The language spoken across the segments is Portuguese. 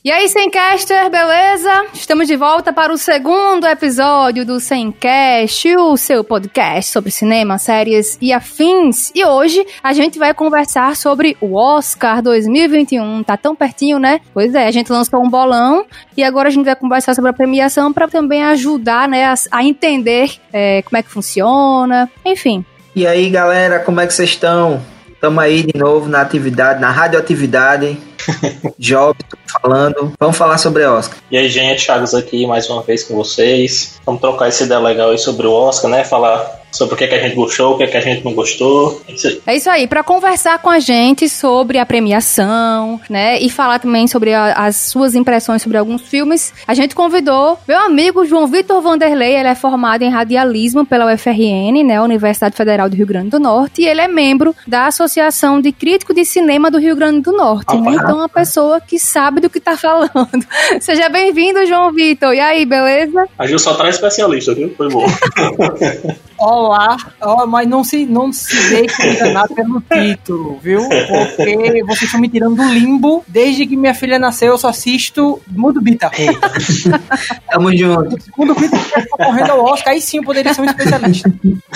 E aí, Semcaster, beleza? Estamos de volta para o segundo episódio do Semcast, o seu podcast sobre cinema, séries e afins. E hoje a gente vai conversar sobre o Oscar 2021. Tá tão pertinho, né? Pois é, a gente lançou um bolão e agora a gente vai conversar sobre a premiação para também ajudar, né, a entender como é que funciona, enfim. E aí, galera, como é que vocês estão? Estamos aí de novo na atividade, na radioatividade. Job, falando. Vamos falar sobre o Oscar. E aí, gente, Chagas aqui mais uma vez com vocês. Vamos trocar essa ideia legal aí sobre o Oscar, né? Falar sobre o que a gente gostou, o que a gente não gostou. É isso aí, para conversar com a gente sobre a premiação, né? E falar também sobre as suas impressões sobre alguns filmes. A gente convidou meu amigo João Vitor Vanderlei. Ele é formado em radialismo pela UFRN, né? Universidade Federal do Rio Grande do Norte. E ele é membro da Associação de Crítico de Cinema do Rio Grande do Norte, né? Então, uma pessoa que sabe do que tá falando. Seja bem-vindo, João Vitor. E aí, beleza? A Gil só traz especialista, viu? Foi bom. Olá, mas não se deixe enganar pelo título, viu? Porque vocês estão me tirando do limbo. Desde que minha filha nasceu, eu só assisto Mundo Bita. Tamo junto. Quando o Bita estiver concorrendo ao Oscar, aí sim eu poderia ser um especialista.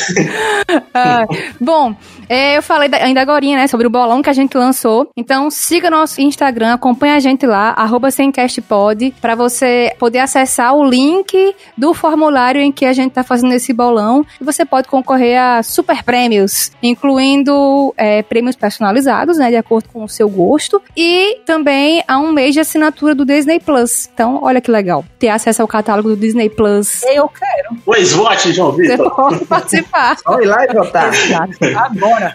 Bom, eu falei ainda agorinha, né, sobre o bolão que a gente lançou. Então, siga nosso Instagram, acompanha a gente lá, @semcastpod, pra você poder acessar o link do formulário em que a gente tá fazendo esse bolão. E você pode concorrer a super prêmios, incluindo prêmios personalizados, né, de acordo com o seu gosto, e também a um mês de assinatura do Disney Plus. Então, olha que legal, ter acesso ao catálogo do Disney Plus. Eu quero. Pois vote, João Vitor. Você pode participar. Só ir lá e votar. Agora.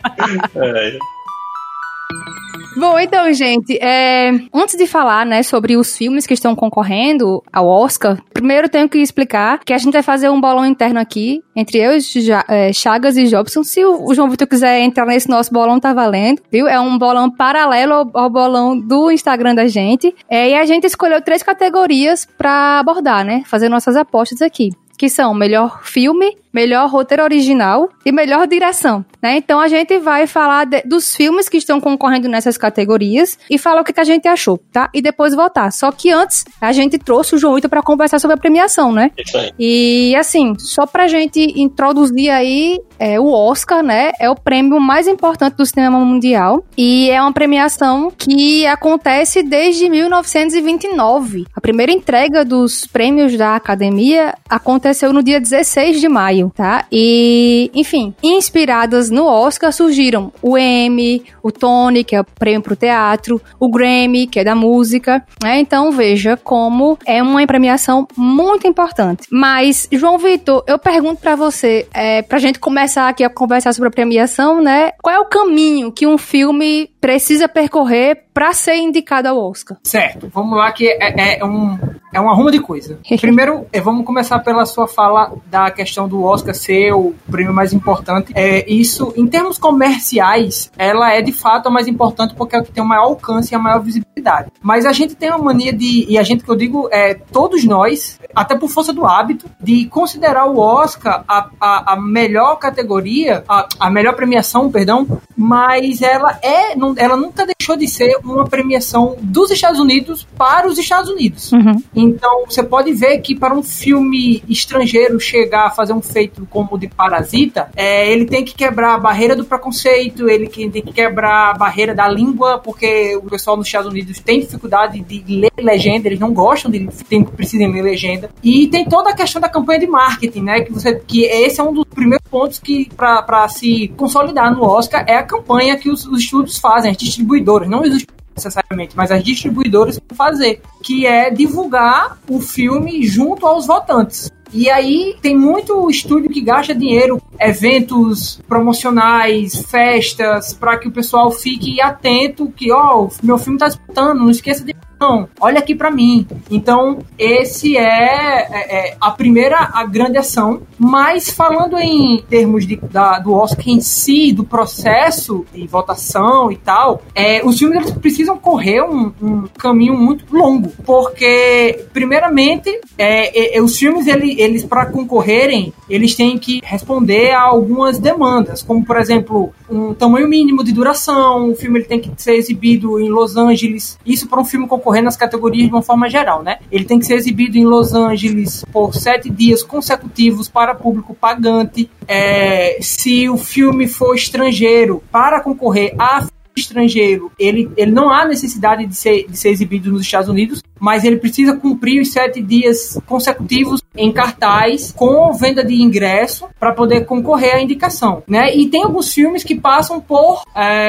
Bom, então, gente, antes de falar, né, sobre os filmes que estão concorrendo ao Oscar, primeiro tenho que explicar que a gente vai fazer um bolão interno aqui, entre eu, Chagas e Jobson. Se o João Vitor quiser entrar nesse nosso bolão, tá valendo, viu? É um bolão paralelo ao bolão do Instagram da gente. E a gente escolheu 3 categorias pra abordar, né, fazer nossas apostas aqui, que são melhor filme, melhor roteiro original e melhor direção, né? Então a gente vai falar dos filmes que estão concorrendo nessas categorias e falar o que a gente achou, tá? E depois votar. Só que antes, a gente trouxe o João Vitor pra conversar sobre a premiação, né? Isso aí. E assim, só pra gente introduzir aí, o Oscar, né? É o prêmio mais importante do cinema mundial e é uma premiação que acontece desde 1929. A primeira entrega dos prêmios da Academia aconteceu no dia 16 de maio. Tá? E, enfim, inspiradas no Oscar surgiram o Emmy, o Tony, que é o prêmio pro teatro, o Grammy, que é da música, né? Então veja como é uma premiação muito importante. Mas, João Vitor, eu pergunto pra você, pra gente começar aqui a conversar sobre a premiação, né? Qual é o caminho que um filme precisa percorrer pra ser indicado ao Oscar? Certo, vamos lá que é um arrumo de coisa. Primeiro, vamos começar pela sua fala da questão do Oscar ser o prêmio mais importante. Isso, em termos comerciais, ela é de fato a mais importante porque é o que tem o maior alcance e a maior visibilidade. Mas a gente tem uma mania e a gente que eu digo, todos nós, até por força do hábito, de considerar o Oscar a melhor categoria, a melhor premiação, perdão, mas ela nunca deixou de ser uma premiação dos Estados Unidos para os Estados Unidos. Uhum. Então, você pode ver que para um filme estrangeiro chegar a fazer um feito como o de Parasita, ele tem que quebrar a barreira do preconceito, ele tem que quebrar a barreira da língua, porque o pessoal nos Estados Unidos tem dificuldade de ler legenda, eles não gostam precisam ler legenda. E tem toda a questão da campanha de marketing, né? Que esse é um dos primeiros pontos que, para se consolidar no Oscar, é a campanha que os estúdios fazem, as distribuidoras, não os necessariamente, mas as distribuidoras vão fazer, que é divulgar o filme junto aos votantes. E aí tem muito estúdio que gasta dinheiro, eventos promocionais, festas, para que o pessoal fique atento que, meu filme tá disputando, não esqueça de não, olha aqui pra mim. Então, esse é a grande ação. Mas, falando em termos do Oscar em si, do processo de votação e tal, os filmes eles precisam correr um caminho muito longo. Porque, primeiramente, os filmes, eles para concorrerem, eles têm que responder a algumas demandas. Como, por exemplo, um tamanho mínimo de duração. O filme ele tem que ser exibido em Los Angeles. Isso para um filme concorrer concorrer nas categorias de uma forma geral, né? Ele tem que ser exibido em Los Angeles por 7 dias consecutivos para público pagante. Se o filme for estrangeiro, para concorrer a estrangeiro, ele não há necessidade de ser exibido nos Estados Unidos, mas ele precisa cumprir os 7 dias consecutivos em cartaz com venda de ingresso para poder concorrer à indicação, né? E tem alguns filmes que passam por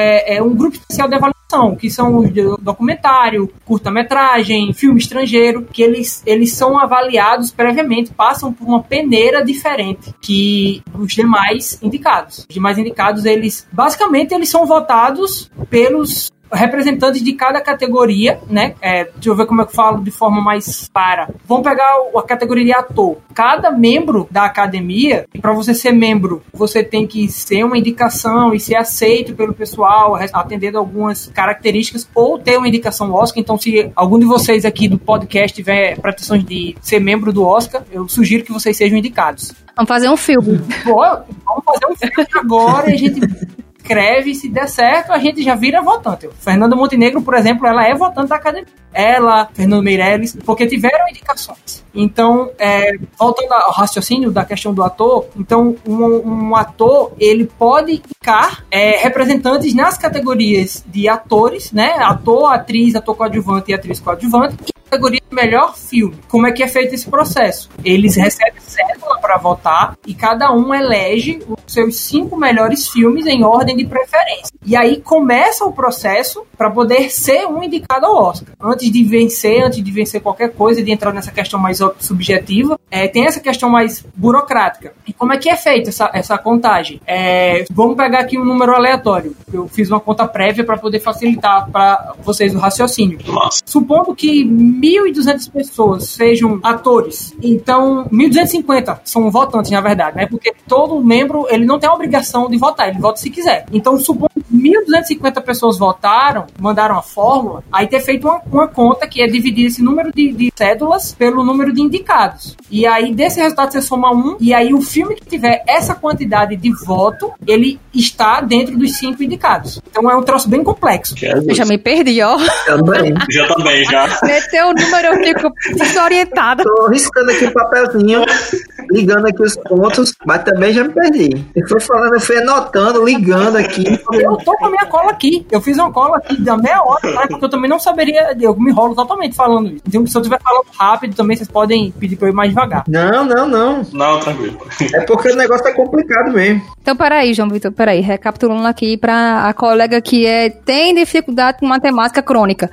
um grupo especial de avaliação, que são os de documentário, curta-metragem, filme estrangeiro, que eles são avaliados previamente, passam por uma peneira diferente que os demais indicados. Os demais indicados, eles são votados pelos representantes de cada categoria, né? Deixa eu ver como é que eu falo de forma mais clara. Vamos pegar a categoria de ator. Cada membro da academia, para você ser membro, você tem que ser uma indicação e ser aceito pelo pessoal, atendendo algumas características, ou ter uma indicação Oscar. Então, se algum de vocês aqui do podcast tiver pretensões de ser membro do Oscar, eu sugiro que vocês sejam indicados. Vamos fazer um filme. Vamos fazer um filme agora e a gente escreve, se der certo, a gente já vira votante. Fernanda Montenegro, por exemplo, ela é votante da academia. Ela, Fernando Meirelles, porque tiveram indicações. Então, voltando ao raciocínio da questão do ator, então, um ator, ele pode indicar representantes nas categorias de atores, né? Ator, atriz, ator coadjuvante e atriz coadjuvante, e categoria de melhor filme. Como é que é feito esse processo? Eles recebem cédula para votar e cada um elege os seus 5 melhores filmes em ordem de preferência. E aí começa o processo para poder ser um indicado ao Oscar. Antes de vencer qualquer coisa, de entrar nessa questão mais subjetiva, tem essa questão mais burocrática. E como é que é feita essa contagem? Vamos pegar aqui um número aleatório. Eu fiz uma conta prévia para poder facilitar para vocês o raciocínio. Nossa. Supondo que 1.200 pessoas sejam atores, então 1.250 são votantes, na verdade, né? Porque todo membro, ele não tem a obrigação de votar, ele vota se quiser. Então, supondo que 1.250 pessoas votaram, mandaram a fórmula, aí ter feito uma conta que é dividir esse número de cédulas pelo número de indicados. E aí, desse resultado, você soma 1, e aí o filme que tiver essa quantidade de voto, ele está dentro dos 5 indicados. Então, é um troço bem complexo. Eu já me perdi, ó. Também. Já. Meteu o número, eu fico desorientada. Tô riscando aqui o papelzinho, ligando aqui os pontos, mas também já me perdi. Eu fui falando, eu fui anotando, ligando aqui. Eu tô com a minha cola aqui. Eu fiz uma cola aqui da meia hora, né, porque eu também não saberia. Eu me enrolo totalmente falando isso. Então, se eu estiver falando rápido, também vocês podem pedir pra eu ir mais devagar. Não. Não, tranquilo. É porque o negócio é complicado mesmo. Então, peraí, João Vitor, recapitulando aqui pra a colega que tem dificuldade com matemática crônica.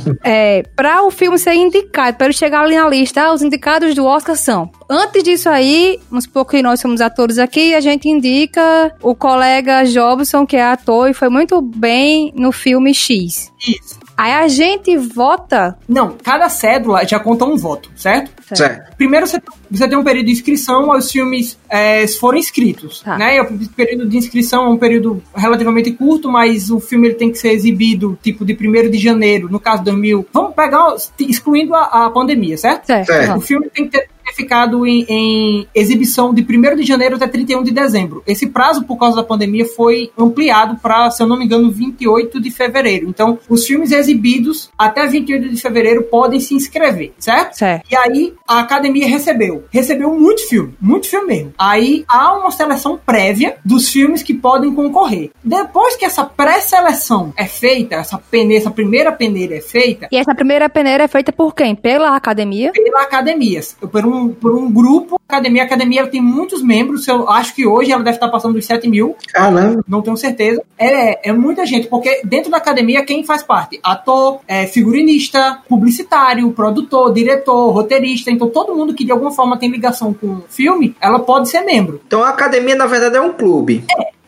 Pra o filme ser indicado, pra ele chegar ali na lista, os indicados do Oscar são... Antes disso aí, vamos supor que nós somos atores aqui, a gente indica o colega Jobson, que é ator e foi muito bem no filme X. Isso. Aí a gente vota... Não, cada cédula já conta um voto, certo? Certo. Primeiro você tem um período de inscrição aos filmes foram inscritos, tá, né? O período de inscrição é um período relativamente curto, mas o filme ele tem que ser exibido tipo de 1º de janeiro, no caso 2000. Vamos pegar, excluindo a pandemia, certo? Certo. O filme tem que ter ficado em exibição de 1º de janeiro até 31 de dezembro. Esse prazo, por causa da pandemia, foi ampliado para, se eu não me engano, 28 de fevereiro. Então, os filmes exibidos até 28 de fevereiro podem se inscrever, certo? Certo. E aí, a academia recebeu muito filme mesmo. Aí, há uma seleção prévia dos filmes que podem concorrer. Depois que essa pré-seleção é feita, essa primeira peneira é feita... E essa primeira peneira é feita por quem? Pela academia? Pela academia. Por um grupo. A academia tem muitos membros. Eu acho que hoje ela deve estar passando dos 7 mil. Caramba. Não tenho certeza. É muita gente, porque dentro da academia quem faz parte? Ator, figurinista, publicitário, produtor, diretor, roteirista. Então todo mundo que de alguma forma tem ligação com o filme, ela pode ser membro. Então a academia na verdade é um clube.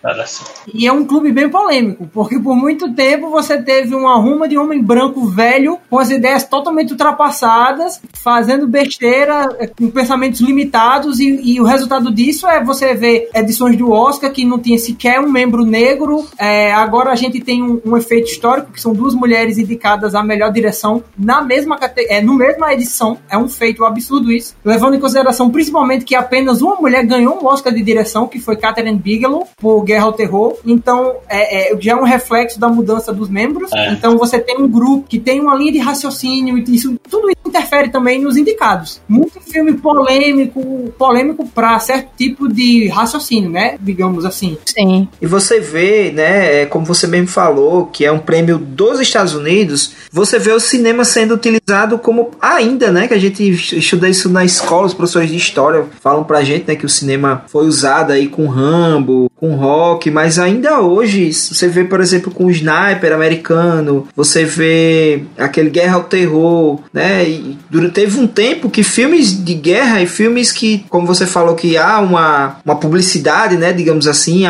E é um clube bem polêmico, porque por muito tempo você teve uma ruma de homem branco velho, com as ideias totalmente ultrapassadas, fazendo besteira, com pensamentos limitados, e o resultado disso é você ver edições do Oscar que não tinha sequer um membro negro. Agora a gente tem um efeito histórico, que são 2 mulheres indicadas à melhor direção no mesma edição. É um feito absurdo isso, levando em consideração principalmente que apenas uma mulher ganhou um Oscar de direção, que foi Catherine Bigelow, por Guerra ao Terror. Então, já é um reflexo da mudança dos membros. Então, você tem um grupo que tem uma linha de raciocínio, e tudo isso interfere também nos indicados. Muito filme polêmico para certo tipo de raciocínio, né? Digamos assim. Sim. E você vê, né, como você mesmo falou, que é um prêmio dos Estados Unidos, você vê o cinema sendo utilizado como ainda, né, que a gente estuda isso na escola, os professores de história falam pra gente, né, que o cinema foi usado aí com Rambo, com Rock, mas ainda hoje, você vê, por exemplo, com o Sniper americano, você vê aquele Guerra ao Terror, né, e teve um tempo que filmes de guerra e filmes que, como você falou, que há uma publicidade, né, digamos assim,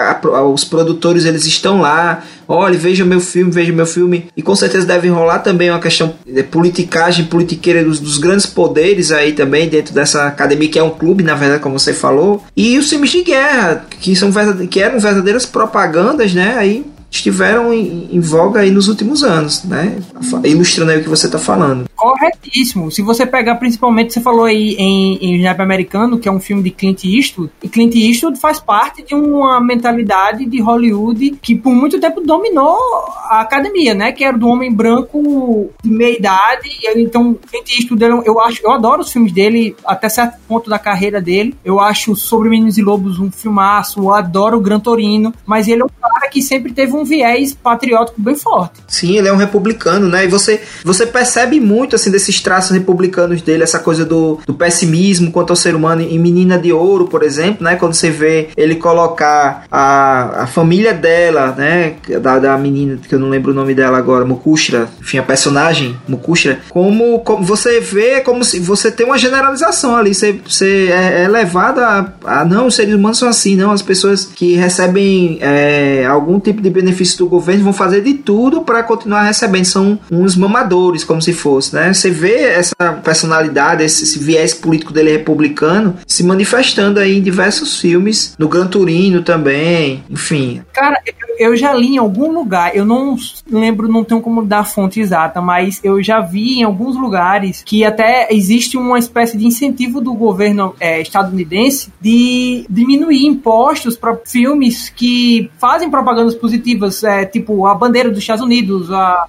os produtores, eles estão lá, olha, veja meu filme, e com certeza deve rolar também uma questão de politicagem, politiqueira dos grandes poderes aí também dentro dessa academia, que é um clube, na verdade, como você falou, e os filmes de guerra, que eram verdadeiras propagandas, né, aí estiveram em voga aí nos últimos anos, né? Ilustrando aí o que você está falando. Corretíssimo. Se você pegar, principalmente, você falou aí em Sniper Americano, que é um filme de Clint Eastwood, e Clint Eastwood faz parte de uma mentalidade de Hollywood que por muito tempo dominou a academia, né? Que era do homem branco de meia idade. Então, Clint Eastwood, eu adoro os filmes dele, até certo ponto da carreira dele. Eu acho Sobre Meninos e Lobos um filmaço, eu adoro o Gran Torino, mas ele é um cara que sempre teve um viés patriótico bem forte. Sim, ele é um republicano, né? E você percebe muito, assim, desses traços republicanos dele, essa coisa do pessimismo quanto ao ser humano em Menina de Ouro, por exemplo, né? Quando você vê ele colocar a família dela, né? Da menina, que eu não lembro o nome dela agora, Mukushra, enfim, a personagem Mukushra, como você vê, como se você tem uma generalização ali, você é levado a não, os seres humanos são assim, não, as pessoas que recebem algum tipo de benefício do governo vão fazer de tudo para continuar recebendo, são uns mamadores, como se fosse, né? Você vê essa personalidade, esse viés político dele republicano se manifestando aí em diversos filmes, no Gran Torino também, enfim. Cara, eu já li em algum lugar, eu não lembro, não tenho como dar a fonte exata, mas eu já vi em alguns lugares que até existe uma espécie de incentivo do governo estadunidense de diminuir impostos para filmes que fazem propagandas positivas, tipo a bandeira dos Estados Unidos,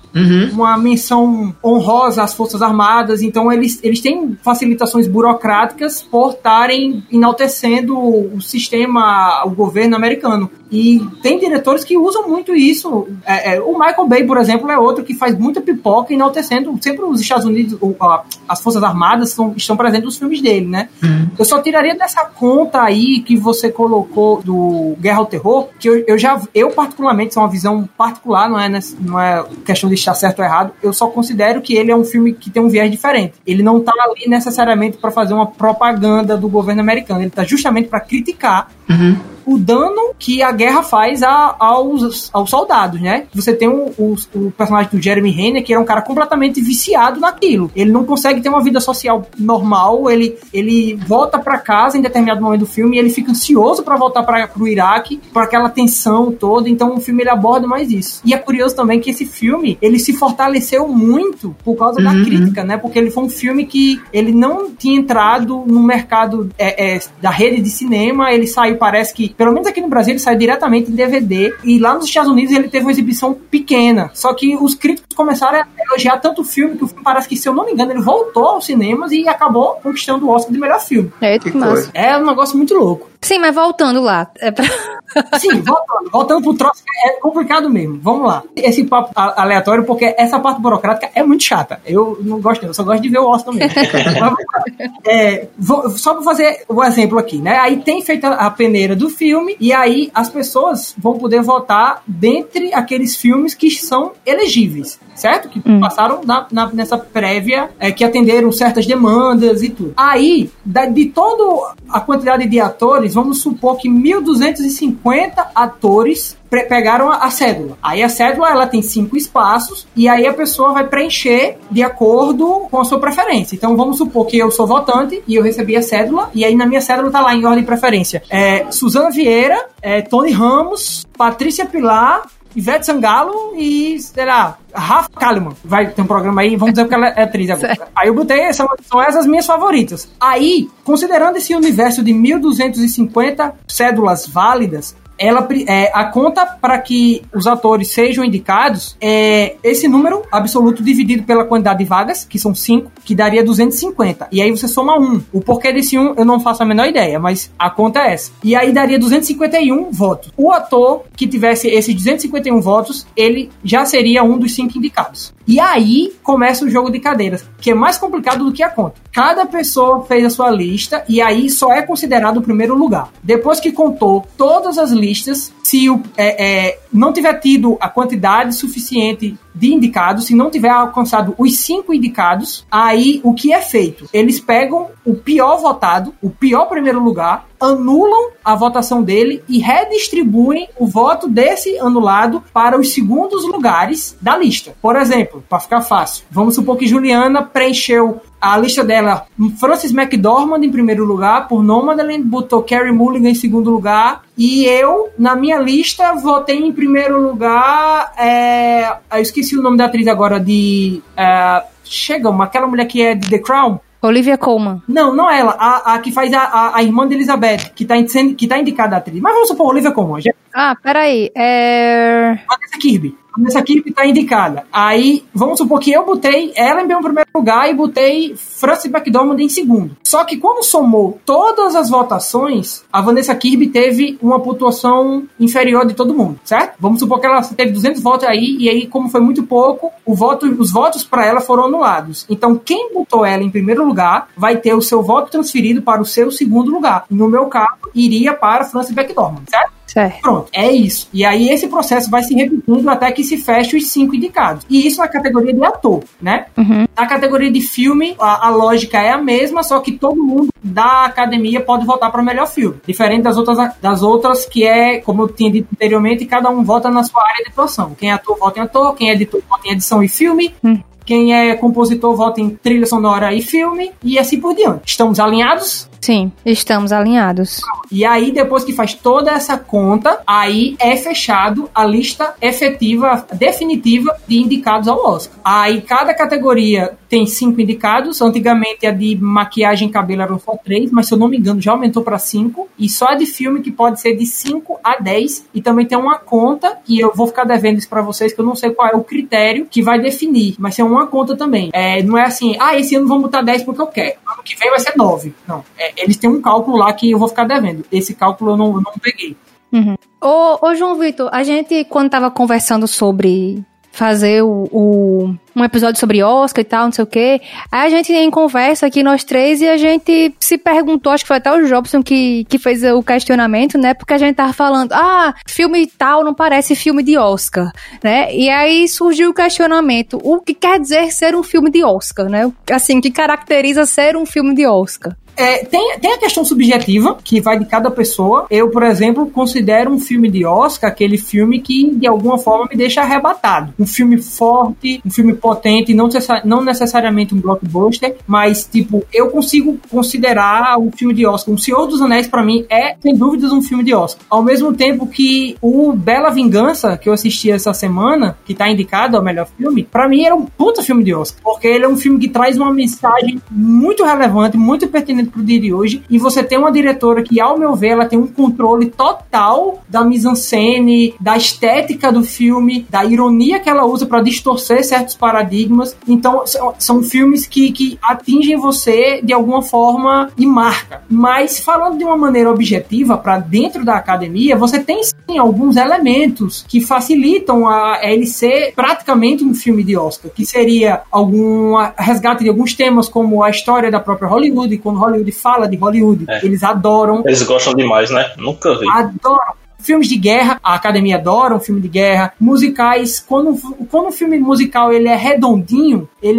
uma menção honrosa às Forças Armadas. Então eles têm facilitações burocráticas por estarem enaltecendo o sistema, o governo americano. E tem diretores que usam muito isso. O Michael Bay, por exemplo, é outro que faz muita pipoca enaltecendo sempre os Estados Unidos, as Forças Armadas estão presentes nos filmes dele, né? Eu só tiraria dessa conta aí que você colocou do Guerra ao Terror, que eu particularmente, isso é uma visão particular, não é questão de estar certo ou errado, eu só considero que ele é um filme que tem um viés diferente. Ele não tá ali necessariamente para fazer uma propaganda do governo americano, ele tá justamente para criticar o dano que a guerra faz aos soldados, né? Você tem o personagem do Jeremy Renner, que era um cara completamente viciado naquilo. Ele não consegue ter uma vida social normal, ele volta pra casa em determinado momento do filme e ele fica ansioso pra voltar pro Iraque, por aquela tensão toda. Então o filme ele aborda mais isso. E é curioso também que esse filme, ele se fortaleceu muito por causa da crítica, né? Porque ele foi um filme que ele não tinha entrado no mercado da rede de cinema, ele saiu, parece que, pelo menos aqui no Brasil, ele saiu diretamente em DVD, e lá nos Estados Unidos ele teve uma exibição pequena. Só que os críticos começaram a elogiar tanto o filme, que o filme parece que, se eu não me engano, ele voltou aos cinemas e acabou conquistando o Oscar de melhor filme. Que massa. É um negócio muito louco. Sim, mas voltando lá. Sim, voltando pro troço, é complicado mesmo. Vamos lá. Esse papo aleatório, porque essa parte burocrática é muito chata. Eu não gosto, eu só gosto de ver o Oscar mesmo. Só pra fazer o exemplo aqui, né? Aí tem feito a peneira do filme, e aí as pessoas vão poder votar dentre aqueles filmes que são elegíveis, certo? Que passaram nessa prévia, que atenderam certas demandas e tudo. Aí, de toda a quantidade de atores, vamos supor que 1.250 atores pegaram a cédula. Aí a cédula, ela tem 5 espaços, e aí a pessoa vai preencher de acordo com a sua preferência. Então vamos supor que eu sou votante e eu recebi a cédula, e aí na minha cédula tá lá em ordem de preferência Suzana Vieira, Tony Ramos, Patrícia Pilar, Ivete Sangalo e, sei lá, Rafa Kalimann. Vai ter um programa aí, vamos dizer que ela é atriz agora. Certo. Aí eu botei, são essas minhas favoritas. Aí, considerando esse universo de 1.250 cédulas válidas, a conta para que os atores sejam indicados é esse número absoluto dividido pela quantidade de vagas, que são 5, que daria 250. E aí você soma 1. O porquê desse 1 eu não faço a menor ideia, mas a conta é essa. E aí daria 251 votos. O ator que tivesse esses 251 votos, ele já seria um dos 5 indicados. E aí começa o jogo de cadeiras, que é mais complicado do que a conta. Cada pessoa fez a sua lista e aí só é considerado o primeiro lugar. Depois que contou todas as listas, se não tiver tido a quantidade suficiente de indicados, se não tiver alcançado os 5 indicados, aí o que é feito? Eles pegam o pior votado, o pior primeiro lugar, anulam a votação dele e redistribuem o voto desse anulado para os segundos lugares da lista. Por exemplo, para ficar fácil, vamos supor que Juliana preencheu a lista dela, Frances McDormand em primeiro lugar, por Nomadland, botou Carey Mulligan em segundo lugar, e eu, na minha lista, votei em primeiro lugar, eu esqueci o nome da atriz agora, aquela mulher que é de The Crown. Olivia Colman. Não ela, a que faz a irmã de Elizabeth, que tá indicada a atriz. Mas vamos supor, Olivia Colman. Peraí, Vanessa Kirby tá indicada. Aí, vamos supor que eu botei ela em primeiro lugar e botei Frances McDormand em segundo. Só que quando somou todas as votações, a Vanessa Kirby teve uma pontuação inferior de todo mundo, certo? Vamos supor que ela teve 200 votos aí, e aí, como foi muito pouco, os votos para ela foram anulados. Então, quem botou ela em primeiro lugar vai ter o seu voto transferido para o seu segundo lugar. No meu caso, iria para Frances McDormand, certo? Certo. Pronto, é isso. E aí esse processo vai se repetindo até que se feche os 5 indicados. E isso na categoria de ator, né? Uhum. Na categoria de filme, a lógica é a mesma, só que todo mundo da academia pode votar para o melhor filme. Diferente das outras que é, como eu tinha dito anteriormente, cada um vota na sua área de atuação. Quem é ator, vota em ator. Quem é editor, vota em edição e filme. Quem é compositor, vota em trilha sonora e filme. E assim por diante. Estamos alinhados? Sim, estamos alinhados. E aí, depois que faz toda essa conta, aí é fechado a lista efetiva, definitiva de indicados ao Oscar. Aí, cada categoria tem 5 indicados. Antigamente, a de maquiagem e cabelo eram só 3, mas se eu não me engano, já aumentou para 5. E só a de filme que pode ser de 5 a 10. E também tem uma conta, e eu vou ficar devendo isso para vocês, que eu não sei qual é o critério que vai definir, mas é uma conta também. Não é assim, esse ano vamos botar 10 porque eu quero. Ano que vem vai ser 9. Não. Eles têm um cálculo lá que eu vou ficar devendo. Esse cálculo eu não peguei. Uhum. Ô João Vitor, a gente, quando tava conversando sobre fazer um episódio sobre Oscar e tal, não sei o quê, aí a gente em conversa aqui, nós três, e a gente se perguntou, acho que foi até o Jobson que fez o questionamento, né, porque a gente tava falando, filme tal não parece filme de Oscar, né, e aí surgiu o questionamento, o que quer dizer ser um filme de Oscar, né, assim, o que caracteriza ser um filme de Oscar? Tem a questão subjetiva, que vai de cada pessoa. Eu, por exemplo, considero um filme de Oscar aquele filme que, de alguma forma, me deixa arrebatado. Um filme forte, um filme potente, não necessariamente um blockbuster, mas, tipo, eu consigo considerar um filme de Oscar. O Senhor dos Anéis, pra mim, é, sem dúvidas, um filme de Oscar. Ao mesmo tempo que o Bela Vingança, que eu assisti essa semana, que tá indicado ao melhor filme, pra mim era um puta filme de Oscar, porque ele é um filme que traz uma mensagem muito relevante, muito pertinente pro dia de hoje, e você tem uma diretora que, ao meu ver, ela tem um controle total da mise-en-scène, da estética do filme, da ironia que ela usa para distorcer certos paradigmas. Então, são filmes que atingem você de alguma forma e marca. Mas, falando de uma maneira objetiva, para dentro da academia, você tem sim alguns elementos que facilitam a ele ser praticamente um filme de Oscar, que seria algum resgate de alguns temas, como a história da própria Hollywood, quando Hollywood fala de Hollywood, eles adoram. Eles gostam demais, né? Nunca vi. Adoram. Filmes de guerra, a academia adora um filme de guerra. Musicais, quando um filme musical ele é redondinho, ele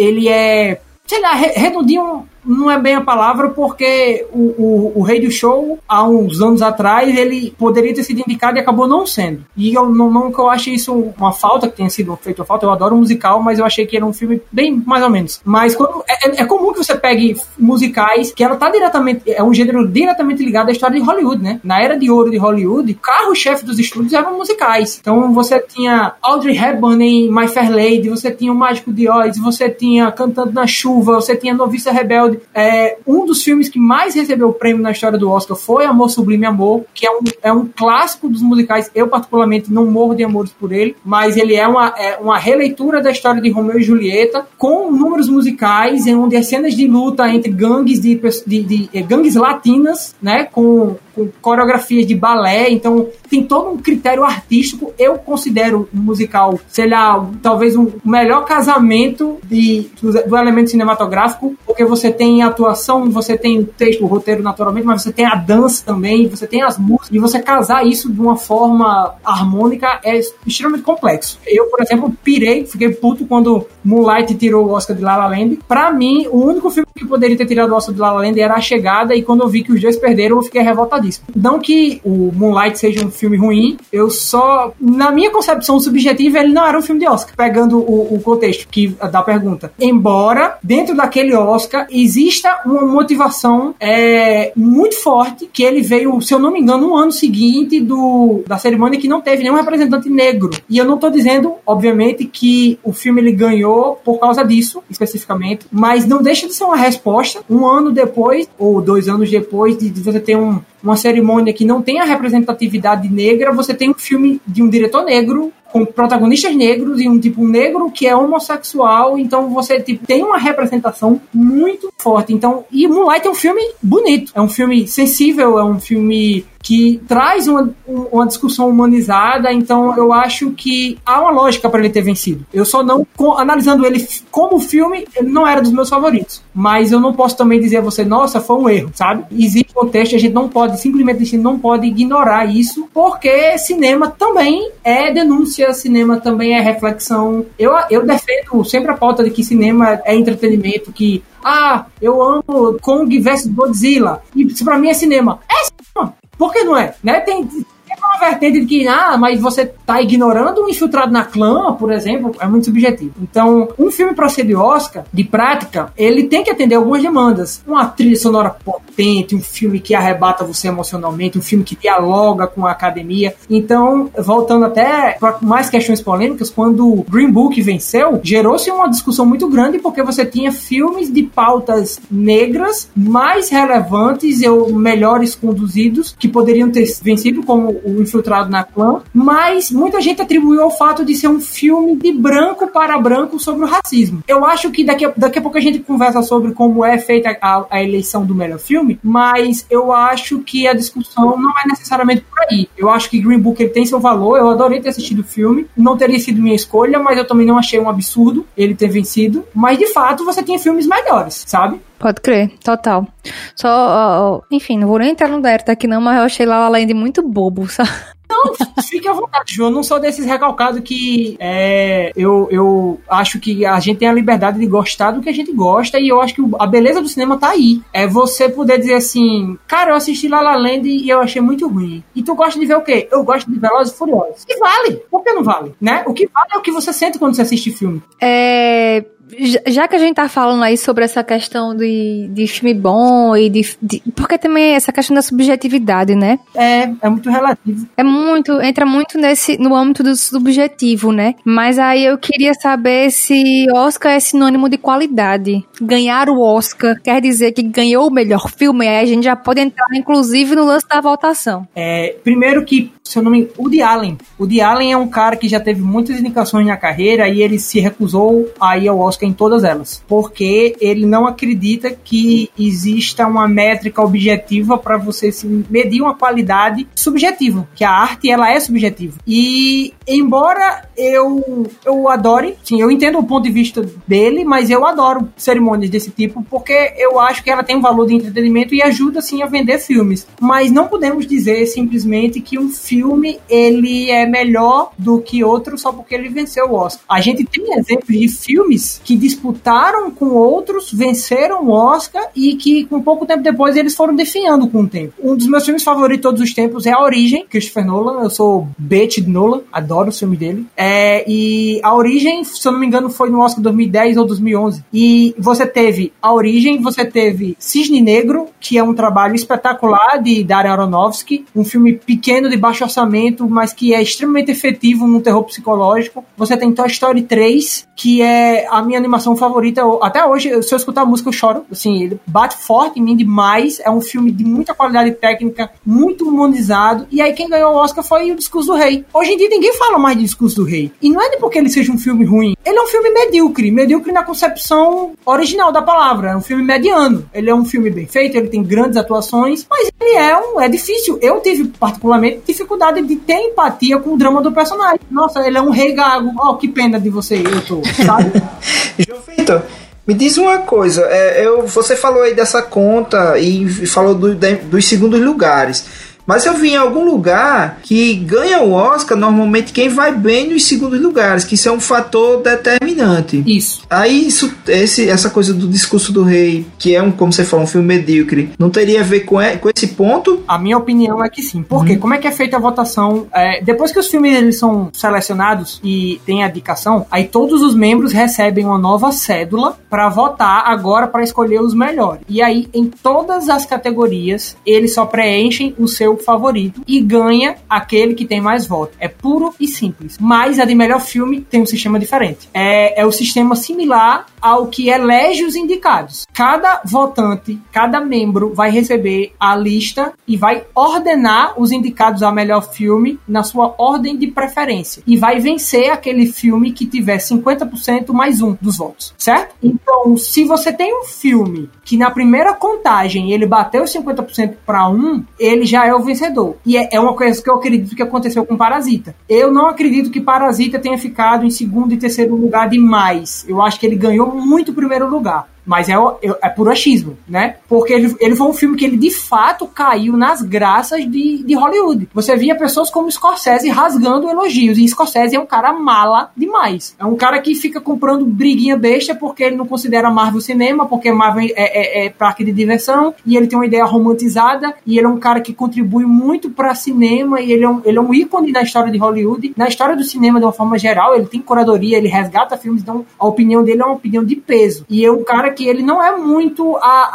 é sei lá, redondinho não é bem a palavra, porque o Rei do Show, há uns anos atrás, ele poderia ter sido indicado e acabou não sendo. E eu não que eu ache isso uma falta, que tenha sido feita uma falta, eu adoro musical, mas eu achei que era um filme bem mais ou menos. Mas é comum que você pegue musicais, que ela tá é um gênero diretamente ligado à história de Hollywood, né? Na era de ouro de Hollywood, o carro-chefe dos estúdios eram musicais. Então você tinha Audrey Hepburn em My Fair Lady, você tinha O Mágico de Oz, você tinha Cantando na Chuva, você tinha Noviça Rebelde episódio. Um dos filmes que mais recebeu o prêmio na história do Oscar foi Amor Sublime Amor, que é um clássico dos musicais. Eu, particularmente, não morro de amores por ele, mas ele é uma releitura da história de Romeu e Julieta, com números musicais, em onde as cenas de luta entre gangues gangues latinas, né, com coreografias de balé, então tem todo um critério artístico. Eu considero um musical, sei lá, talvez o melhor casamento do elemento cinematográfico, porque você tem a atuação, você tem o texto, o roteiro naturalmente, mas você tem a dança também, você tem as músicas, e você casar isso de uma forma harmônica é extremamente complexo. Eu, por exemplo, fiquei puto quando Moonlight tirou o Oscar de La La Land. Pra mim, o único filme que poderia ter tirado o Oscar de La La Land era A Chegada, e quando eu vi que os dois perderam, eu fiquei revoltadíssimo. Não que o Moonlight seja um filme ruim, na minha concepção subjetiva, ele não era um filme de Oscar, pegando o contexto da pergunta. Embora, dentro daquele Oscar, exista uma motivação muito forte, que ele veio, se eu não me engano, no ano seguinte da cerimônia, que não teve nenhum representante negro. E eu não tô dizendo, obviamente, que o filme ele ganhou por causa disso, especificamente, mas não deixa de ser uma resposta, um ano depois, ou 2 anos depois, de você ter uma cerimônia que não tem a representatividade negra, você tem um filme de um diretor negro, com protagonistas negros, e um negro que é homossexual, então você tem uma representação muito forte. Então, e Moonlight é um filme bonito, é um filme sensível, é um filme que traz uma discussão humanizada, então eu acho que há uma lógica para ele ter vencido. Eu só não, analisando ele como filme, ele não era dos meus favoritos, mas eu não posso também dizer a você, nossa, foi um erro, sabe? Existe contexto, a gente não pode ignorar isso, porque cinema também é denúncia, cinema também é reflexão. Eu defendo sempre a pauta de que cinema é entretenimento, que eu amo Kong vs Godzilla, e isso pra mim é cinema. É cinema! Por que não é? Né? Tem uma vertente de que, mas você tá ignorando um Infiltrado na Clã, por exemplo, é muito subjetivo. Então, um filme para ser de Oscar, de prática, ele tem que atender algumas demandas. Uma trilha sonora potente, um filme que arrebata você emocionalmente, um filme que dialoga com a academia. Então, voltando até para mais questões polêmicas, quando o Green Book venceu, gerou-se uma discussão muito grande, porque você tinha filmes de pautas negras mais relevantes ou melhores conduzidos, que poderiam ter vencido, como o Infiltrado na Clã, mas muita gente atribuiu ao fato de ser um filme de branco para branco sobre o racismo. Eu acho que daqui a pouco a gente conversa sobre como é feita a eleição do melhor filme, mas eu acho que a discussão não é necessariamente por aí. Eu acho que Green Book ele tem seu valor, eu adorei ter assistido o filme, não teria sido minha escolha, mas eu também não achei um absurdo ele ter vencido, mas de fato você tinha filmes melhores, sabe? Pode crer, total. Enfim, não vou nem entrar no mérito aqui não, mas eu achei La La Land muito bobo, sabe? Não, fique à vontade, Ju. Eu não sou desses recalcados que eu acho que a gente tem a liberdade de gostar do que a gente gosta, e eu acho que a beleza do cinema tá aí. É você poder dizer assim, cara, eu assisti La La Land e eu achei muito ruim. E tu gosta de ver o quê? Eu gosto de Velozes e Furiosos. E vale. Por que não vale? Né? O que vale é o que você sente quando você assiste filme. Já que a gente tá falando aí sobre essa questão de filme bom e porque também essa questão da subjetividade, né? É muito relativo. Entra muito no âmbito do subjetivo, né? Mas aí eu queria saber se Oscar é sinônimo de qualidade. Ganhar o Oscar quer dizer que ganhou o melhor filme, aí a gente já pode entrar, inclusive, no lance da votação. Primeiro que, se eu não me engano, Woody Allen é um cara que já teve muitas indicações na carreira e ele se recusou a ir ao Oscar em todas elas, porque ele não acredita que exista uma métrica objetiva para você se medir uma qualidade subjetiva, que a arte ela é subjetiva. E embora eu adore, sim, eu entendo o ponto de vista dele, mas eu adoro cerimônias desse tipo, porque eu acho que ela tem um valor de entretenimento e ajuda sim a vender filmes, mas não podemos dizer simplesmente que um filme ele é melhor do que outro só porque ele venceu o Oscar. A gente tem exemplos de filmes que disputaram com outros, venceram o Oscar e que com pouco tempo depois eles foram definhando com o tempo. Um dos meus filmes favoritos de todos os tempos é A Origem, Christopher Nolan. Eu sou bitch de Nolan, adoro o filme dele. E A Origem, se eu não me engano, foi no Oscar 2010 ou 2011. E você teve A Origem, você teve Cisne Negro, que é um trabalho espetacular de Darren Aronofsky, um filme pequeno de baixo orçamento, mas que é extremamente efetivo no terror psicológico. Você tem Toy Story 3, que é a minha animação favorita. Até hoje, se eu escutar a música, eu choro. Assim, ele bate forte em mim demais. É um filme de muita qualidade técnica, muito humanizado. E aí, quem ganhou o Oscar foi o Discurso do Rei. Hoje em dia, ninguém fala mais de Discurso do Rei. E não é nem porque ele seja um filme ruim. Ele é um filme medíocre. Medíocre na concepção original da palavra. É um filme mediano. Ele é um filme bem feito, ele tem grandes atuações, mas ele é difícil. Eu tive, particularmente, dificuldade de ter empatia com o drama do personagem. Nossa, ele é um rei gago. Oh, que pena de você, eu tô, sabe? João Vitor, me diz uma coisa. Você falou aí dessa conta e falou dos segundos lugares. Mas eu vi em algum lugar que ganha o Oscar normalmente quem vai bem nos segundos lugares, que isso é um fator determinante. Isso. Aí essa coisa do Discurso do Rei, que é como você falou, um filme medíocre, não teria a ver com esse ponto? A minha opinião é que sim. Por quê? Como é que é feita a votação? Depois que os filmes eles são selecionados e tem a indicação, aí todos os membros recebem uma nova cédula para votar agora para escolher os melhores. E aí, em todas as categorias, eles só preenchem o seu favorito e ganha aquele que tem mais votos. É puro e simples. Mas a de melhor filme tem um sistema diferente. É o sistema similar ao que elege os indicados. Cada votante, cada membro vai receber a lista e vai ordenar os indicados a melhor filme na sua ordem de preferência. E vai vencer aquele filme que tiver 50% mais um dos votos. Certo? Então, se você tem um filme que na primeira contagem ele bateu 50% para um, ele já é o vencedor. E é uma coisa que eu acredito que aconteceu com Parasita. Eu não acredito que Parasita tenha ficado em segundo e terceiro lugar demais. Eu acho que ele ganhou muito primeiro lugar. Mas é puro achismo, né? Porque ele foi um filme que ele, de fato, caiu nas graças de Hollywood. Você via pessoas como Scorsese rasgando elogios. E Scorsese é um cara mala demais. É um cara que fica comprando briguinha besta porque ele não considera Marvel cinema, porque Marvel é parque de diversão, e ele tem uma ideia romantizada, e ele é um cara que contribui muito pra cinema, e ele é um ícone da história de Hollywood. Na história do cinema, de uma forma geral, ele tem curadoria, ele resgata filmes, então a opinião dele é uma opinião de peso. E é um cara que ele não é muito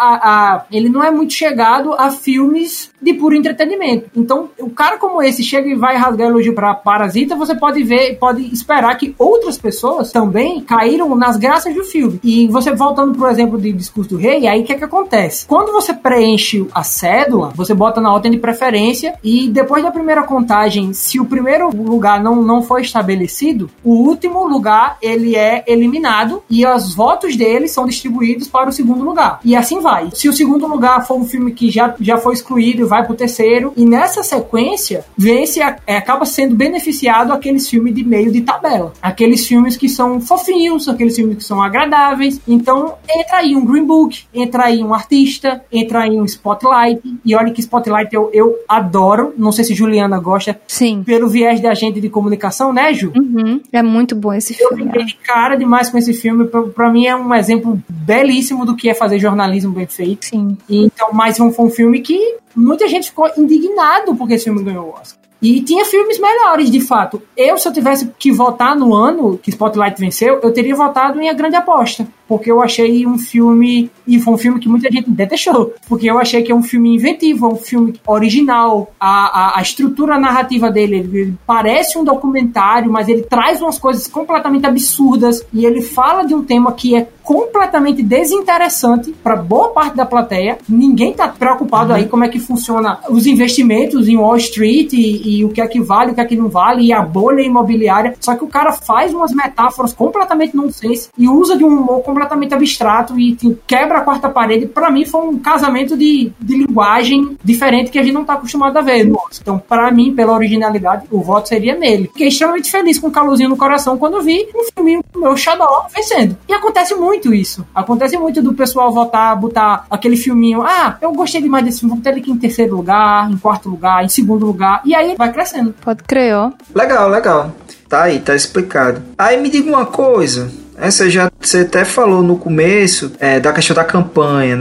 ele não é muito chegado a filmes de puro entretenimento. Então, um cara como esse chega e vai rasgar elogio pra Parasita, você pode esperar que outras pessoas também caíram nas graças do filme. E você, voltando pro exemplo de Discurso do Rei, aí o que acontece? Quando você preenche a cédula, você bota na ordem de preferência, e depois da primeira contagem, se o primeiro lugar não foi estabelecido, o último lugar ele é eliminado e os votos dele são distribuídos para o segundo lugar. E assim vai. Se o segundo lugar for um filme que já foi excluído, vai pro terceiro, e nessa sequência acaba sendo beneficiado aqueles filmes de meio de tabela. Aqueles filmes que são fofinhos, aqueles filmes que são agradáveis. Então, entra aí um Green Book, entra aí um Artista, entra aí um Spotlight. E olha que Spotlight eu adoro. Não sei se Juliana gosta. Sim. Pelo viés da agente de comunicação, né, Ju? Uhum. É muito bom esse filme. Eu fiquei de cara demais com esse filme. Pra mim é um exemplo belíssimo do que é fazer jornalismo bem feito. Sim. Então, mas foi um filme que muita gente ficou indignado porque esse filme ganhou o Oscar. E tinha filmes melhores, de fato. Se eu tivesse que votar no ano que Spotlight venceu, eu teria votado em A Grande Aposta. Porque eu achei um filme, e foi um filme que muita gente detestou, porque eu achei que é um filme inventivo, é um filme original, a estrutura narrativa dele, ele parece um documentário, mas ele traz umas coisas completamente absurdas, e ele fala de um tema que é completamente desinteressante para boa parte da plateia. Ninguém tá preocupado aí como é que funciona os investimentos em Wall Street e o que é que vale, o que é que não vale, e a bolha imobiliária. Só que o cara faz umas metáforas completamente nonsense e usa de um humor completamente abstrato e quebra a quarta parede. Pra mim foi um casamento de linguagem diferente que a gente não tá acostumado a ver. Então, pra mim, pela originalidade, o voto seria nele. Fiquei extremamente feliz com um calorzinho no coração quando vi um filminho do meu xodó vencendo. E acontece muito isso. Acontece muito do pessoal votar, botar aquele filminho, eu gostei demais desse filme, vou botar ele aqui em terceiro lugar, em quarto lugar, em segundo lugar, e aí vai crescendo. Pode crer, ó. Legal. Tá aí, tá explicado. Aí me diga uma coisa, você até falou no começo da questão da campanha, né?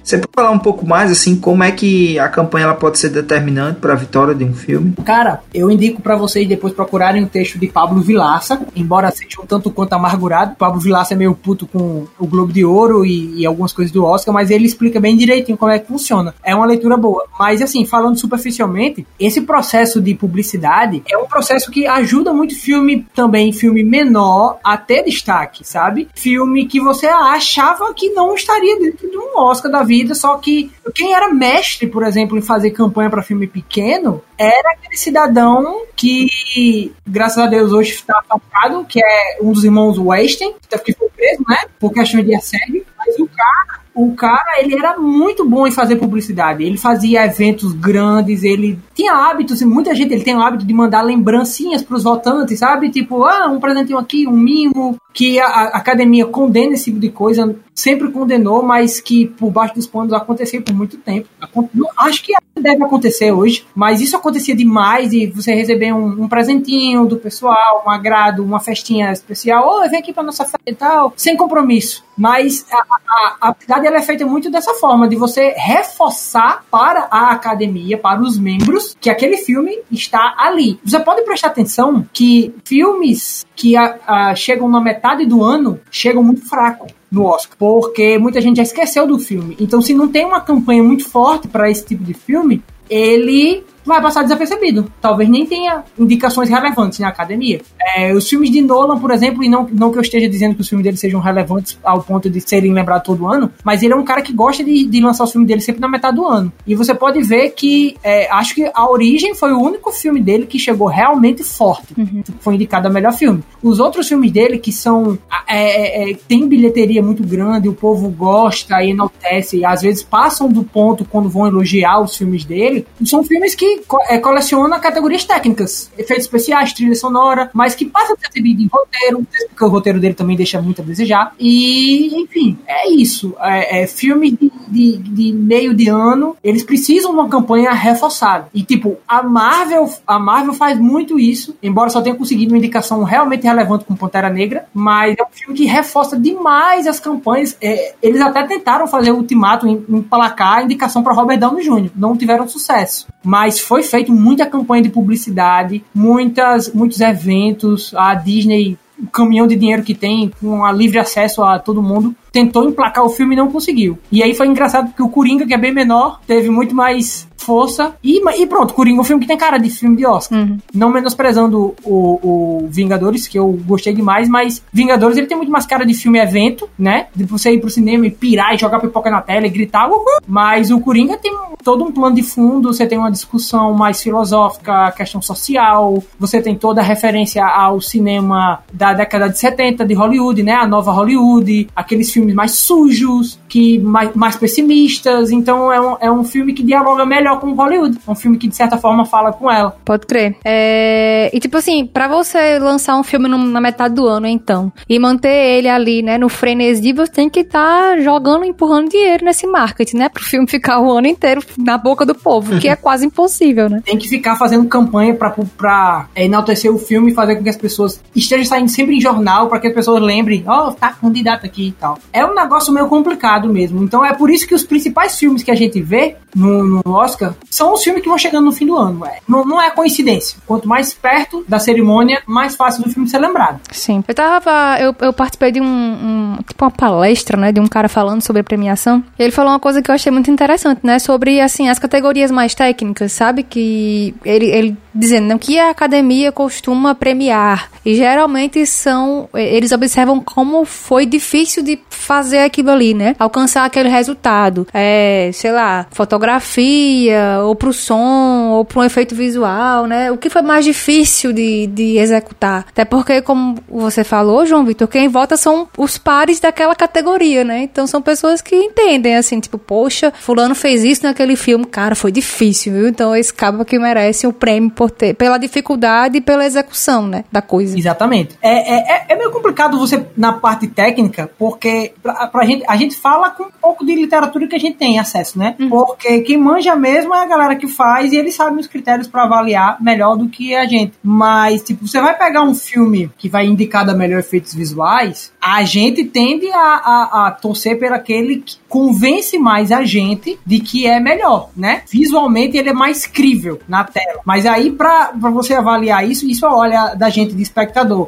Você pode falar um pouco mais, assim, como é que a campanha ela pode ser determinante para a vitória de um filme? Cara, eu indico para vocês depois procurarem o texto de Pablo Vilaça, embora seja um tanto quanto amargurado. Pablo Vilaça é meio puto com o Globo de Ouro e algumas coisas do Oscar, mas ele explica bem direitinho como é que funciona. É uma leitura boa. Mas, assim, falando superficialmente, esse processo de publicidade é um processo que ajuda muito filme também, filme menor, a ter destaque, sabe? Filme que você achava que não estaria dentro de um Oscar da vida, só que quem era mestre, por exemplo, em fazer campanha para filme pequeno, era aquele cidadão que, graças a Deus, hoje está afastado, que é um dos irmãos Weinstein, que foi preso, né, por questão de assédio, mas o cara, ele era muito bom em fazer publicidade. Ele fazia eventos grandes, ele tinha hábitos, e muita gente, ele tem o hábito de mandar lembrancinhas pros votantes, sabe? Tipo, um presentinho aqui, um mimo, que a academia condena esse tipo de coisa, sempre condenou, mas que por baixo dos panos aconteceu por muito tempo. Acho que deve acontecer hoje, mas isso acontecia demais, de você receber um presentinho do pessoal, um agrado, uma festinha especial, vem aqui pra nossa festa e tal, sem compromisso. Mas a cidade ela é feita muito dessa forma, de você reforçar para a academia, para os membros, que aquele filme está ali. Você pode prestar atenção que filmes que chegam na metade do ano chegam muito fraco no Oscar, porque muita gente já esqueceu do filme. Então, se não tem uma campanha muito forte para esse tipo de filme, ele vai passar desapercebido. Talvez nem tenha indicações relevantes na academia. Os filmes de Nolan, por exemplo, e não que eu esteja dizendo que os filmes dele sejam relevantes ao ponto de serem lembrados todo ano, mas ele é um cara que gosta de lançar os filmes dele sempre na metade do ano. E você pode ver que acho que A Origem foi o único filme dele que chegou realmente forte. Foi indicado a melhor filme. Os outros filmes dele, que são tem bilheteria muito grande, o povo gosta e enaltece, e às vezes passam do ponto quando vão elogiar os filmes dele, são filmes que coleciona categorias técnicas, efeitos especiais, trilha sonora, mas que passa a ser exibido em roteiro, porque o roteiro dele também deixa muito a desejar. E, enfim, é isso. Filmes de meio de ano, eles precisam de uma campanha reforçada. E, tipo, a Marvel faz muito isso, embora só tenha conseguido uma indicação realmente relevante com Pantera Negra, mas é um filme que reforça demais as campanhas. Eles até tentaram fazer o Ultimato, emplacar a indicação para Robert Downey Jr., não tiveram sucesso. Mas foi feito muita campanha de publicidade, muitos eventos, a Disney, o caminhão de dinheiro que tem, com a livre acesso a todo mundo, tentou emplacar o filme e não conseguiu. E aí foi engraçado porque o Coringa, que é bem menor, teve muito mais força. E pronto, Coringa é um filme que tem cara de filme de Oscar. Não menosprezando o Vingadores, que eu gostei demais, mas Vingadores ele tem muito mais cara de filme evento, né? De você ir pro cinema e pirar e jogar pipoca na tela e gritar, uhul! Mas o Coringa tem todo um plano de fundo, você tem uma discussão mais filosófica, questão social, você tem toda a referência ao cinema da década de 70 de Hollywood, né? A nova Hollywood, aqueles filmes mais sujos, mais pessimistas. Então é um filme que dialoga melhor com Hollywood. É um filme que de certa forma fala com ela. Pode crer. E tipo assim, pra você lançar um filme na metade do ano, então, e manter ele ali, né, no frenesi, você tem que estar jogando, empurrando dinheiro nesse marketing, né, pro filme ficar o ano inteiro na boca do povo, que é quase impossível, né? Tem que ficar fazendo campanha pra enaltecer o filme e fazer com que as pessoas estejam saindo sempre em jornal, pra que as pessoas lembrem, tá candidato aqui e tal. É um negócio meio complicado mesmo. Então é por isso que os principais filmes que a gente vê no Oscar são os filmes que vão chegando no fim do ano. Não é coincidência. Quanto mais perto da cerimônia, mais fácil do filme ser lembrado. Sim. Eu participei de tipo uma palestra, né, de um cara falando sobre a premiação. E ele falou uma coisa que eu achei muito interessante, né, sobre, assim, as categorias mais técnicas, sabe? Que ele dizendo, né, que a academia costuma premiar. E geralmente eles observam como foi difícil de fazer aquilo ali, né? Alcançar aquele resultado. Sei lá, fotografia, ou pro som, ou pro um efeito visual, né? O que foi mais difícil de executar? Até porque, como você falou, João Vitor, quem vota são os pares daquela categoria, né? Então são pessoas que entendem, assim, tipo, poxa, fulano fez isso naquele filme, cara, foi difícil, viu? Então esse cabo que merece o prêmio pela dificuldade e pela execução, né, da coisa. Exatamente. É meio complicado você, na parte técnica, porque a gente fala com um pouco de literatura que a gente tem acesso, né? Porque quem manja mesmo é a galera que faz e eles sabem os critérios para avaliar melhor do que a gente. Mas, tipo, você vai pegar um filme que vai indicar da melhor efeitos visuais, a gente tende a torcer por aquele convence mais a gente de que é melhor, né? Visualmente ele é mais crível na tela. Mas aí, pra você avaliar isso olha da gente de espectador.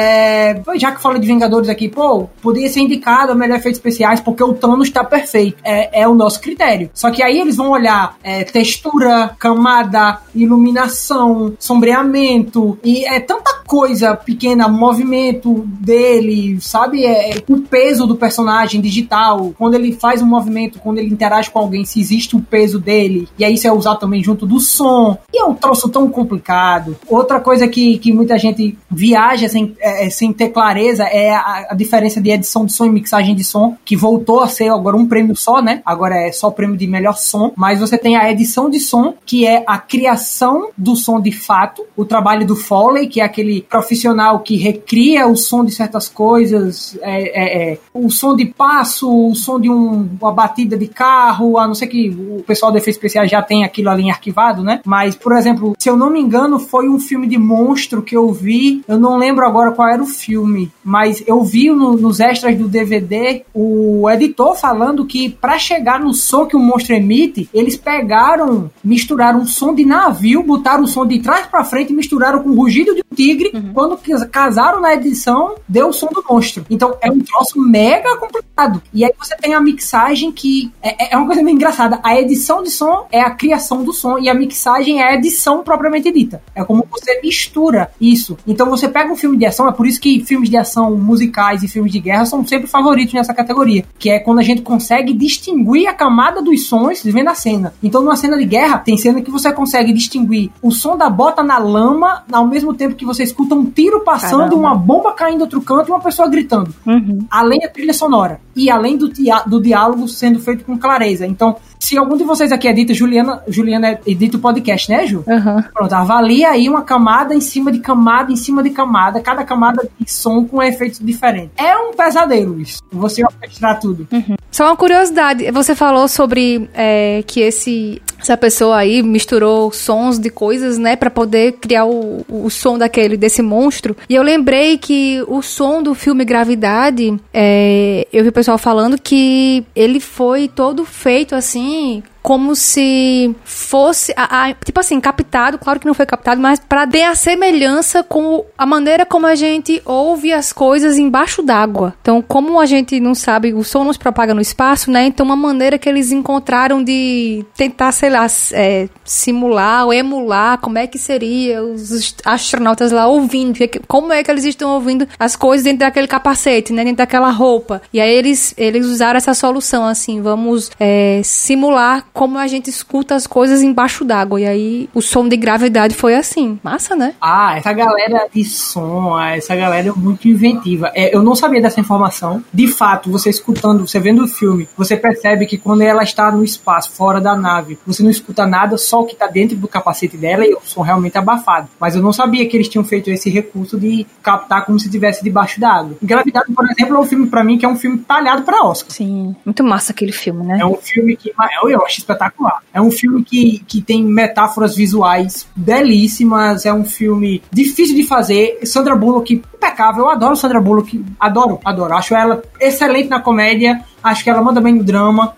Já que fala de Vingadores aqui, poderia ser indicado a melhor efeitos especiais porque o Thanos tá perfeito. É o nosso critério. Só que aí eles vão olhar textura, camada, iluminação, sombreamento, e é tanta coisa pequena, movimento dele, sabe? O peso do personagem digital, quando ele faz um movimento, quando ele interage com alguém, se existe o peso dele, e aí isso é usado também junto do som, e é um troço tão complicado. Outra coisa que muita gente viaja sem ter clareza é a diferença de edição de som e mixagem de som, que voltou a ser agora um prêmio só, né? Agora é só o prêmio de melhor som, mas você tem a edição de som, que é a criação do som de fato, o trabalho do Foley, que é aquele profissional que recria o som de certas coisas, o som de passo, o som de uma batida de carro, a não ser que o pessoal do efeito especial já tem aquilo ali arquivado, né? Mas, por exemplo, se eu não me engano, foi um filme de monstro que eu vi, eu não lembro agora qual era o filme, mas eu vi nos extras do DVD o editor falando que pra chegar no som que o monstro emite, eles misturaram um som de navio, botaram o som de trás pra frente e misturaram com o rugido de um tigre. Quando casaram na edição, deu o som do monstro. Então é um troço mega complicado. E aí você tem a mixagem que é uma coisa meio engraçada. A edição de som é a criação do som e a mixagem é a edição propriamente dita. É como você mistura isso. Então você pega um filme de ação, é por isso que filmes de ação musicais e filmes de guerra são sempre favoritos nessa categoria, que é quando a gente consegue distinguir a camada dos sons vendo a cena. Então numa cena de guerra, tem cena que você consegue distinguir o som da bota na lama ao mesmo tempo que você escuta um tiro passando, caramba, uma bomba caindo do outro canto e uma pessoa gritando. Além da trilha sonora e além do diálogo sendo feito com clareza. Então, se algum de vocês aqui edita, Juliana edita o podcast, né, Ju? Pronto, avalia aí uma camada em cima de camada, em cima de camada, cada camada de som com efeitos diferentes. É um pesadelo isso, você orquestrar tudo. Só uma curiosidade, você falou sobre que essa pessoa aí misturou sons de coisas, né, pra poder criar o som desse monstro, e eu lembrei que o som do filme Gravidade, eu vi o pessoal falando que ele foi todo feito assim, como se fosse, tipo assim, captado, claro que não foi captado, mas para ter a semelhança com a maneira como a gente ouve as coisas embaixo d'água. Então, como a gente não sabe, o som não se propaga no espaço, né? Então, uma maneira que eles encontraram de tentar, sei lá, simular ou emular como é que seria os astronautas lá ouvindo, como é que eles estão ouvindo as coisas dentro daquele capacete, né? Dentro daquela roupa. E aí eles usaram essa solução, assim, vamos simular como a gente escuta as coisas embaixo d'água. E aí o som de Gravidade foi assim. Massa, né? Essa galera de som, essa galera é muito inventiva. Eu não sabia dessa informação. De fato, você escutando, você vendo o filme, você percebe que quando ela está no espaço, fora da nave, você não escuta nada, só o que está dentro do capacete dela, e o som realmente é abafado. Mas eu não sabia que eles tinham feito esse recurso de captar como se estivesse debaixo d'água. Gravidade, por exemplo, é um filme pra mim que é um filme talhado pra Oscar. Sim, muito massa aquele filme, né? É um filme que eu acho espetacular. É um filme que tem metáforas visuais belíssimas, é um filme difícil de fazer. Sandra Bullock, impecável, eu adoro Sandra Bullock, adoro, acho ela excelente na comédia, acho que ela manda bem no drama,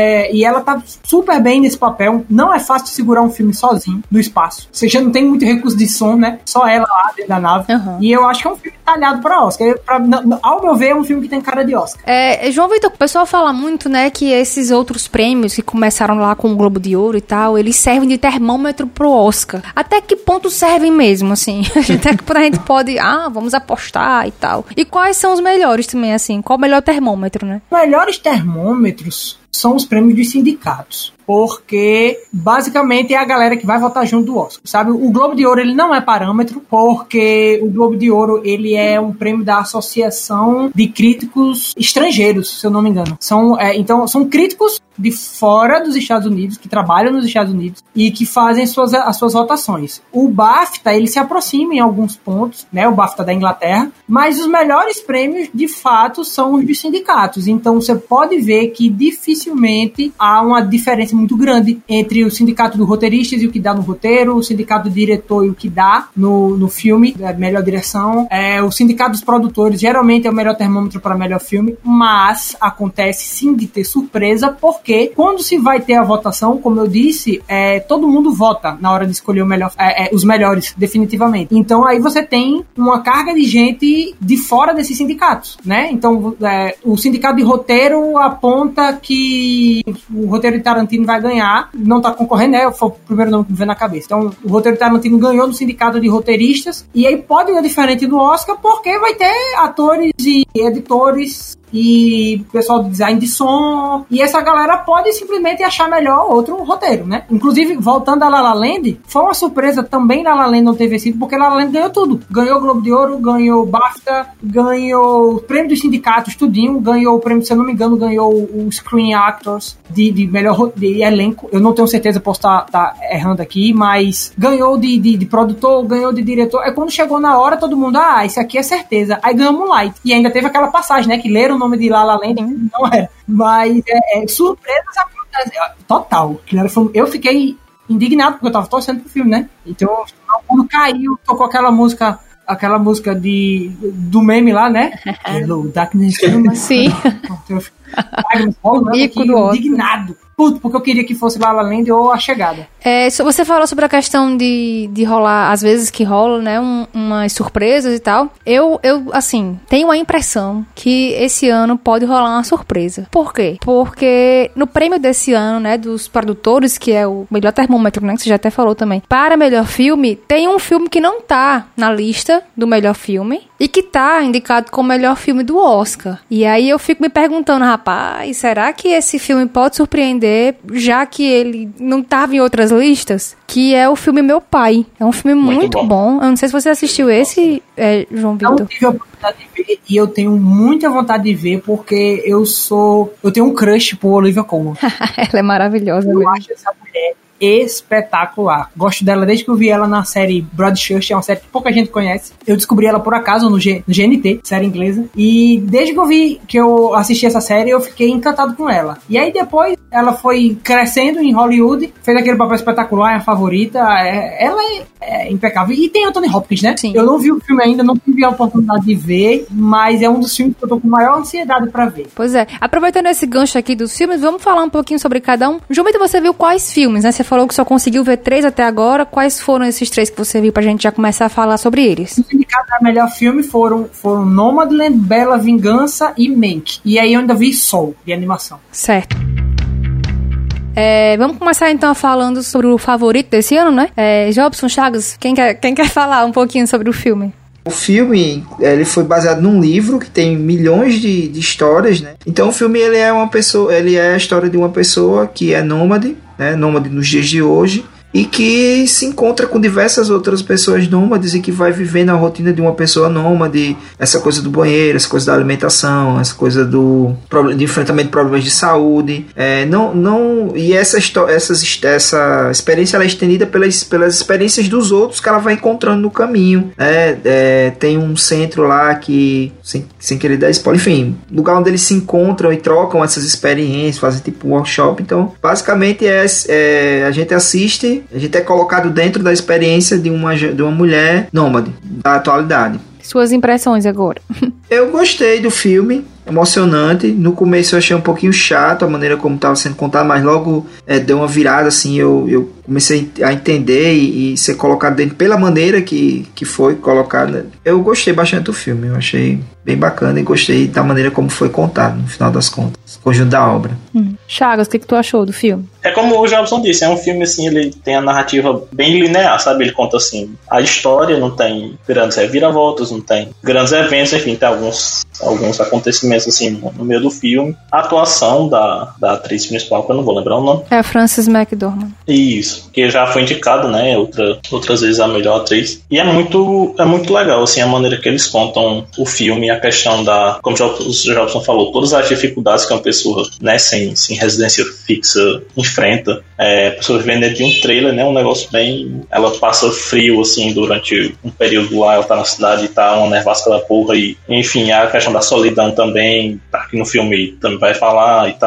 e ela tá super bem nesse papel. Não é fácil de segurar um filme sozinho no espaço, você já não tem muito recurso de som, né, só ela lá dentro da nave, e eu acho que é um filme talhado pra Oscar. Ao meu ver, é um filme que tem cara de Oscar. João Vitor, o pessoal fala muito, né, que esses outros prêmios que começaram lá com o Globo de Ouro e tal, eles servem de termômetro pro Oscar. Até que ponto servem mesmo, assim? Até que a gente pode, vamos apostar e tal. E quais são os melhores também, assim? Qual o melhor termômetro, né? Melhores termômetros são os prêmios dos sindicatos, porque basicamente é a galera que vai votar junto do Oscar, sabe? O Globo de Ouro, ele não é parâmetro, porque o Globo de Ouro, ele é um prêmio da Associação de Críticos Estrangeiros, se eu não me engano. Então, são críticos de fora dos Estados Unidos, que trabalham nos Estados Unidos e que fazem as suas votações. O BAFTA, ele se aproxima em alguns pontos, né? O BAFTA da Inglaterra, mas os melhores prêmios, de fato, são os dos sindicatos. Então, você pode ver que dificilmente dificilmente há uma diferença muito grande entre o sindicato dos roteiristas e o que dá no roteiro, o sindicato do diretor e o que dá no filme, a melhor direção. O sindicato dos produtores geralmente é o melhor termômetro para melhor filme, mas acontece sim de ter surpresa, porque quando se vai ter a votação, como eu disse, todo mundo vota na hora de escolher os melhores, definitivamente. Então aí você tem uma carga de gente de fora desses sindicatos, né? Então o sindicato de roteiro aponta que o roteiro de Tarantino vai ganhar, não tá concorrendo, né? Foi o primeiro nome que me veio na cabeça. Então o roteiro de Tarantino ganhou no sindicato de roteiristas, e aí pode ser diferente do Oscar, porque vai ter atores e editores e pessoal do design de som, e essa galera pode simplesmente achar melhor outro roteiro, né? Inclusive, voltando a La La Land, foi uma surpresa também La La Land não ter vencido, porque La La Land ganhou tudo. Ganhou o Globo de Ouro, ganhou o BAFTA, ganhou o prêmio dos sindicatos, tudinho, ganhou o prêmio, se eu não me engano, ganhou o Screen Actors de melhor de elenco. Eu não tenho certeza, posso estar errando aqui, mas ganhou de produtor, ganhou de diretor. Aí quando chegou na hora, todo mundo, isso aqui é certeza. Aí ganhou Moonlight. E ainda teve aquela passagem, né, que leram o nome de La La Land, não era. Mas surpresas acontecem. Total. Eu fiquei indignado, porque eu tava torcendo pro filme, né? Então, quando caiu, tocou aquela música do meme lá, né? Hello, Darkness. Sim. Eu fiquei indignado. Porque eu queria que fosse La La Land ou A Chegada. Você falou sobre a questão de rolar, às vezes que rola, né, umas surpresas e tal. Eu, assim, tenho a impressão que esse ano pode rolar uma surpresa. Por quê? Porque no prêmio desse ano, né, dos produtores, que é o melhor termômetro, né, que você já até falou também, para melhor filme, tem um filme que não tá na lista do melhor filme e que tá indicado como melhor filme do Oscar. E aí eu fico me perguntando, rapaz, será que esse filme pode surpreender, já que ele não estava em outras listas, que é o filme Meu Pai. É um filme muito bom. Eu não sei se você assistiu esse, João Vitor. Eu tive a oportunidade de ver, e eu tenho muita vontade de ver, porque eu tenho um crush por Olivia Colman. Ela é maravilhosa mesmo. Eu acho essa mulher espetacular. Gosto dela desde que eu vi ela na série Broadchurch, é uma série que pouca gente conhece. Eu descobri ela por acaso no GNT, série inglesa, e desde que eu assisti essa série, eu fiquei encantado com ela. E aí depois ela foi crescendo em Hollywood, fez aquele papel espetacular, é a favorita, ela é impecável. E tem Anthony Hopkins, né? Sim. Eu não vi o filme ainda, não tive a oportunidade de ver, mas é um dos filmes que eu tô com maior ansiedade pra ver. Pois é. Aproveitando esse gancho aqui dos filmes, vamos falar um pouquinho sobre cada um. João Vitor, você viu quais filmes, né? Você falou que só conseguiu ver 3 até agora. Quais foram esses 3 que você viu pra gente já começar a falar sobre eles? Os indicados a melhor filme foram Nomadland, Bela Vingança e Mank. E aí eu ainda vi Soul, de animação. Certo. Vamos começar então falando sobre o favorito desse ano, né? Jobson, Chagas, quem quer falar um pouquinho sobre o filme? O filme, ele foi baseado num livro que tem milhões de histórias, né? Então o filme, ele é a história de uma pessoa que é nômade, né? Nômade nos dias de hoje, e que se encontra com diversas outras pessoas nômades e que vai vivendo a rotina de uma pessoa nômade, essa coisa do banheiro, essa coisa da alimentação, essa coisa de enfrentamento de problemas de saúde. E essa experiência, ela é estendida pelas experiências dos outros que ela vai encontrando no caminho. Tem um centro lá que, sem querer dar spoiler, enfim, lugar onde eles se encontram e trocam essas experiências, fazem tipo um workshop. Então, basicamente, a gente assiste, a gente é colocado dentro da experiência de uma mulher nômade da atualidade. Suas impressões agora. Eu gostei do filme, emocionante. No começo eu achei um pouquinho chato a maneira como estava sendo contado, mas logo deu uma virada, assim, eu comecei a entender e ser colocado dentro pela maneira que foi colocada. Eu gostei bastante do filme, eu achei bem bacana e gostei da maneira como foi contado, no final das contas, o conjunto da obra. Chagas, o que tu achou do filme? É como o Jobson disse, é um filme assim, ele tem a narrativa bem linear, sabe? Ele conta assim, a história não tem grandes reviravoltas, não tem grandes eventos, enfim, tem alguns acontecimentos assim no meio do filme. A atuação da atriz principal, que eu não vou lembrar o nome. É a Frances McDormand. Isso, que já foi indicado, né, outras vezes a melhor atriz. E é muito legal, assim, a maneira que eles contam o filme, a questão como o Jobson falou, todas as dificuldades que uma pessoa, né, sem residência fixa enfrenta. A pessoa vivendo dentro de um trailer, né, um negócio bem... Ela passa frio, assim, durante um período lá, ela tá na cidade e tá uma nevasca da porra, e enfim, a questão da solidão também, que no filme também vai falar e tal.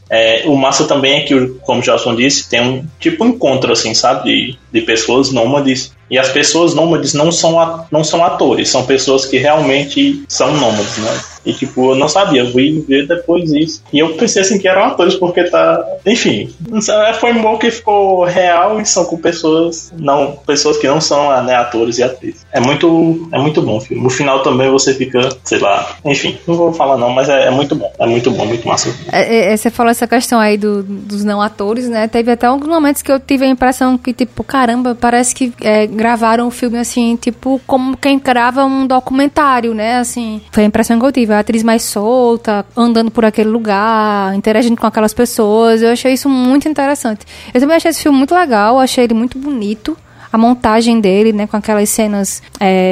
O massa também é que, como o Gelson disse, tem um tipo um encontro, assim, sabe, de pessoas nômades. E as pessoas nômades não são atores, são pessoas que realmente são nômades, né? E tipo, eu não sabia, eu fui ver depois isso. E eu pensei assim que eram atores, porque tá. Enfim, foi bom que ficou real e são com pessoas que não são, né, atores e atrizes. É muito bom o filme. No final também você fica, sei lá, enfim, não vou falar não, mas é muito bom. É muito bom, muito massa. Você falou essa questão aí dos não atores, né? Teve até alguns momentos que eu tive a impressão que, tipo, caramba, parece que gravaram o filme assim, tipo, como quem grava um documentário, né? Assim, foi a impressão que eu tive. A atriz mais solta, andando por aquele lugar, interagindo com aquelas pessoas. Eu achei isso muito interessante. Eu também achei esse filme muito legal, achei ele muito bonito. A montagem dele, né, com aquelas cenas,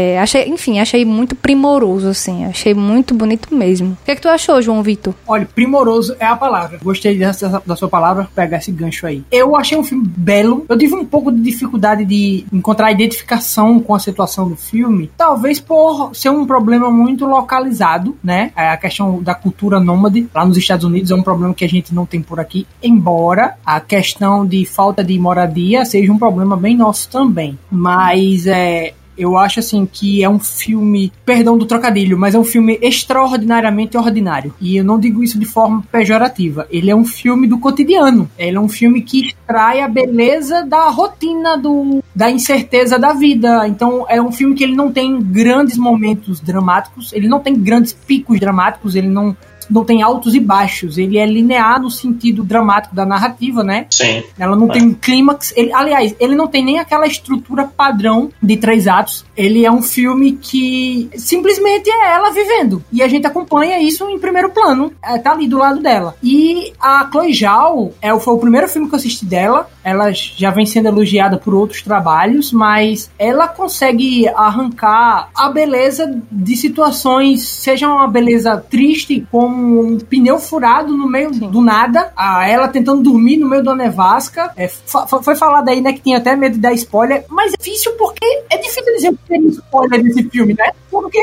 achei muito primoroso, assim, achei muito bonito mesmo. O que é que tu achou, João Vitor? Olha, primoroso é a palavra. Gostei da sua palavra, pegar esse gancho aí. Eu achei um filme belo. Eu tive um pouco de dificuldade de encontrar identificação com a situação do filme, talvez por ser um problema muito localizado, né? A questão da cultura nômade lá nos Estados Unidos é um problema que a gente não tem por aqui, embora a questão de falta de moradia seja um problema bem nosso também. Mas eu acho assim que é um filme, perdão do trocadilho, mas é um filme extraordinariamente ordinário. E eu não digo isso de forma pejorativa. Ele é um filme do cotidiano. Ele é um filme que extrai a beleza da rotina, da incerteza da vida. Então é um filme que ele não tem grandes momentos dramáticos, ele não tem grandes picos dramáticos, ele não tem altos e baixos, ele é linear no sentido dramático da narrativa, né? Sim. Ela não tem um clímax, ele não tem nem aquela estrutura padrão de 3 atos, ele é um filme que simplesmente é ela vivendo, e a gente acompanha isso em primeiro plano, tá ali do lado dela. E a Chloe Zhao, foi o primeiro filme que eu assisti dela, ela já vem sendo elogiada por outros trabalhos, mas ela consegue arrancar a beleza de situações, seja uma beleza triste, como um pneu furado no meio do nada, ela tentando dormir no meio da nevasca. Foi falado aí, né, que tinha até medo de dar spoiler, mas é difícil porque é difícil dizer que tem spoiler desse filme, né? Porque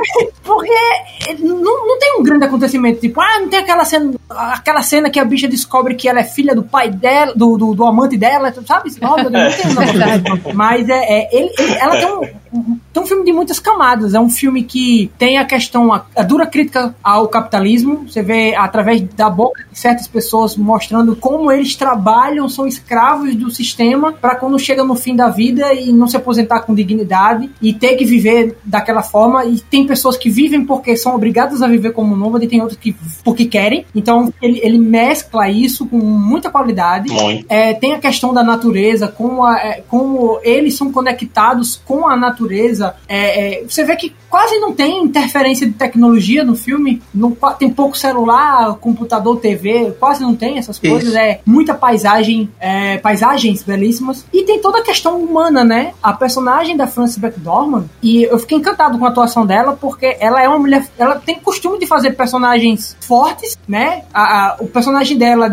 não tem um grande acontecimento, tipo, não tem aquela cena que a bicha descobre que ela é filha do pai dela, do amante dela, sabe? Não tem um acontecimento. Mas ela tem um filme de muitas camadas. É um filme que tem a questão, a dura crítica ao capitalismo. Você vê através da boca de certas pessoas mostrando como eles trabalham, são escravos do sistema, para quando chega no fim da vida e não se aposentar com dignidade e ter que viver daquela forma. E tem pessoas que vivem porque são obrigadas a viver como nômade, e tem outras que porque querem. Então ele mescla isso com muita qualidade. Tem a questão da natureza, como eles são conectados com a natureza. Você vê que quase não tem interferência de tecnologia no filme, tem pouco celular, computador, TV, quase não tem essas coisas. Isso. Muita paisagem, paisagens belíssimas, e tem toda a questão humana, né? A personagem da Frances McDormand, e eu fiquei encantado com a atuação dela, porque ela é uma mulher, ela tem costume de fazer personagens fortes, né? O personagem dela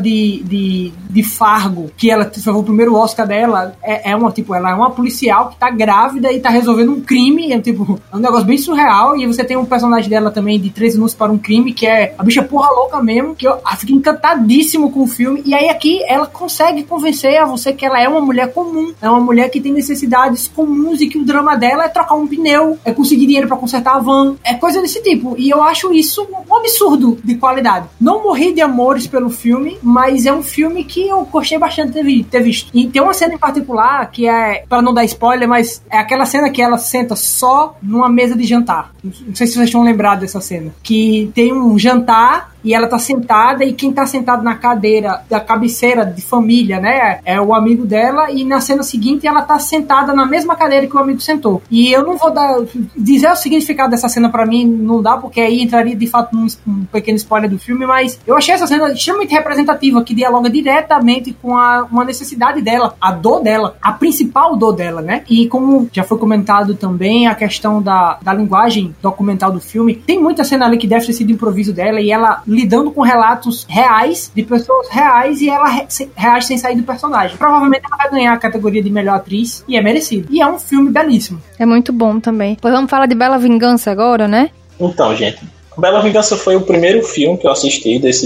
de Fargo, que ela foi o primeiro Oscar dela, ela é uma policial que tá grávida e tá resolvendo um crime, é um negócio bem surreal. E você tem um personagem dela também de 13 minutos para um crime, que é a bicha porra louca mesmo, que eu fiquei encantadíssimo com o filme. E aí aqui ela consegue convencer a você que ela é uma mulher comum, é uma mulher que tem necessidades comuns, e que o drama dela é trocar um pneu, é conseguir dinheiro para consertar a van, é coisa desse tipo. E eu acho isso um absurdo de qualidade. Não morri de amores pelo filme, mas é um filme que eu gostei bastante de ter visto. E tem uma cena em particular que para não dar spoiler, mas é aquela cena que ela senta só numa mesa de jantar. Não sei se vocês estão lembrados dessa cena. Que tem um jantar e ela tá sentada, e quem tá sentado na cadeira da cabeceira de família, né, é o amigo dela, e na cena seguinte ela tá sentada na mesma cadeira que o amigo sentou. E eu não vou dizer o significado dessa cena, pra mim não dá, porque aí entraria de fato num pequeno spoiler do filme, mas eu achei essa cena extremamente representativa, que dialoga diretamente com uma necessidade dela, a dor dela, a principal dor dela, né? E como já foi comentado também, a questão da linguagem documental do filme, tem muita cena ali que deve ter sido improviso dela, e ela lidando com relatos reais, de pessoas reais, e ela reage sem sair do personagem. Provavelmente ela vai ganhar a categoria de melhor atriz, e é merecido. E é um filme belíssimo. É muito bom também. Pois vamos falar de Bela Vingança agora, né? Então, gente, Bela Vingança foi o primeiro filme que eu assisti desses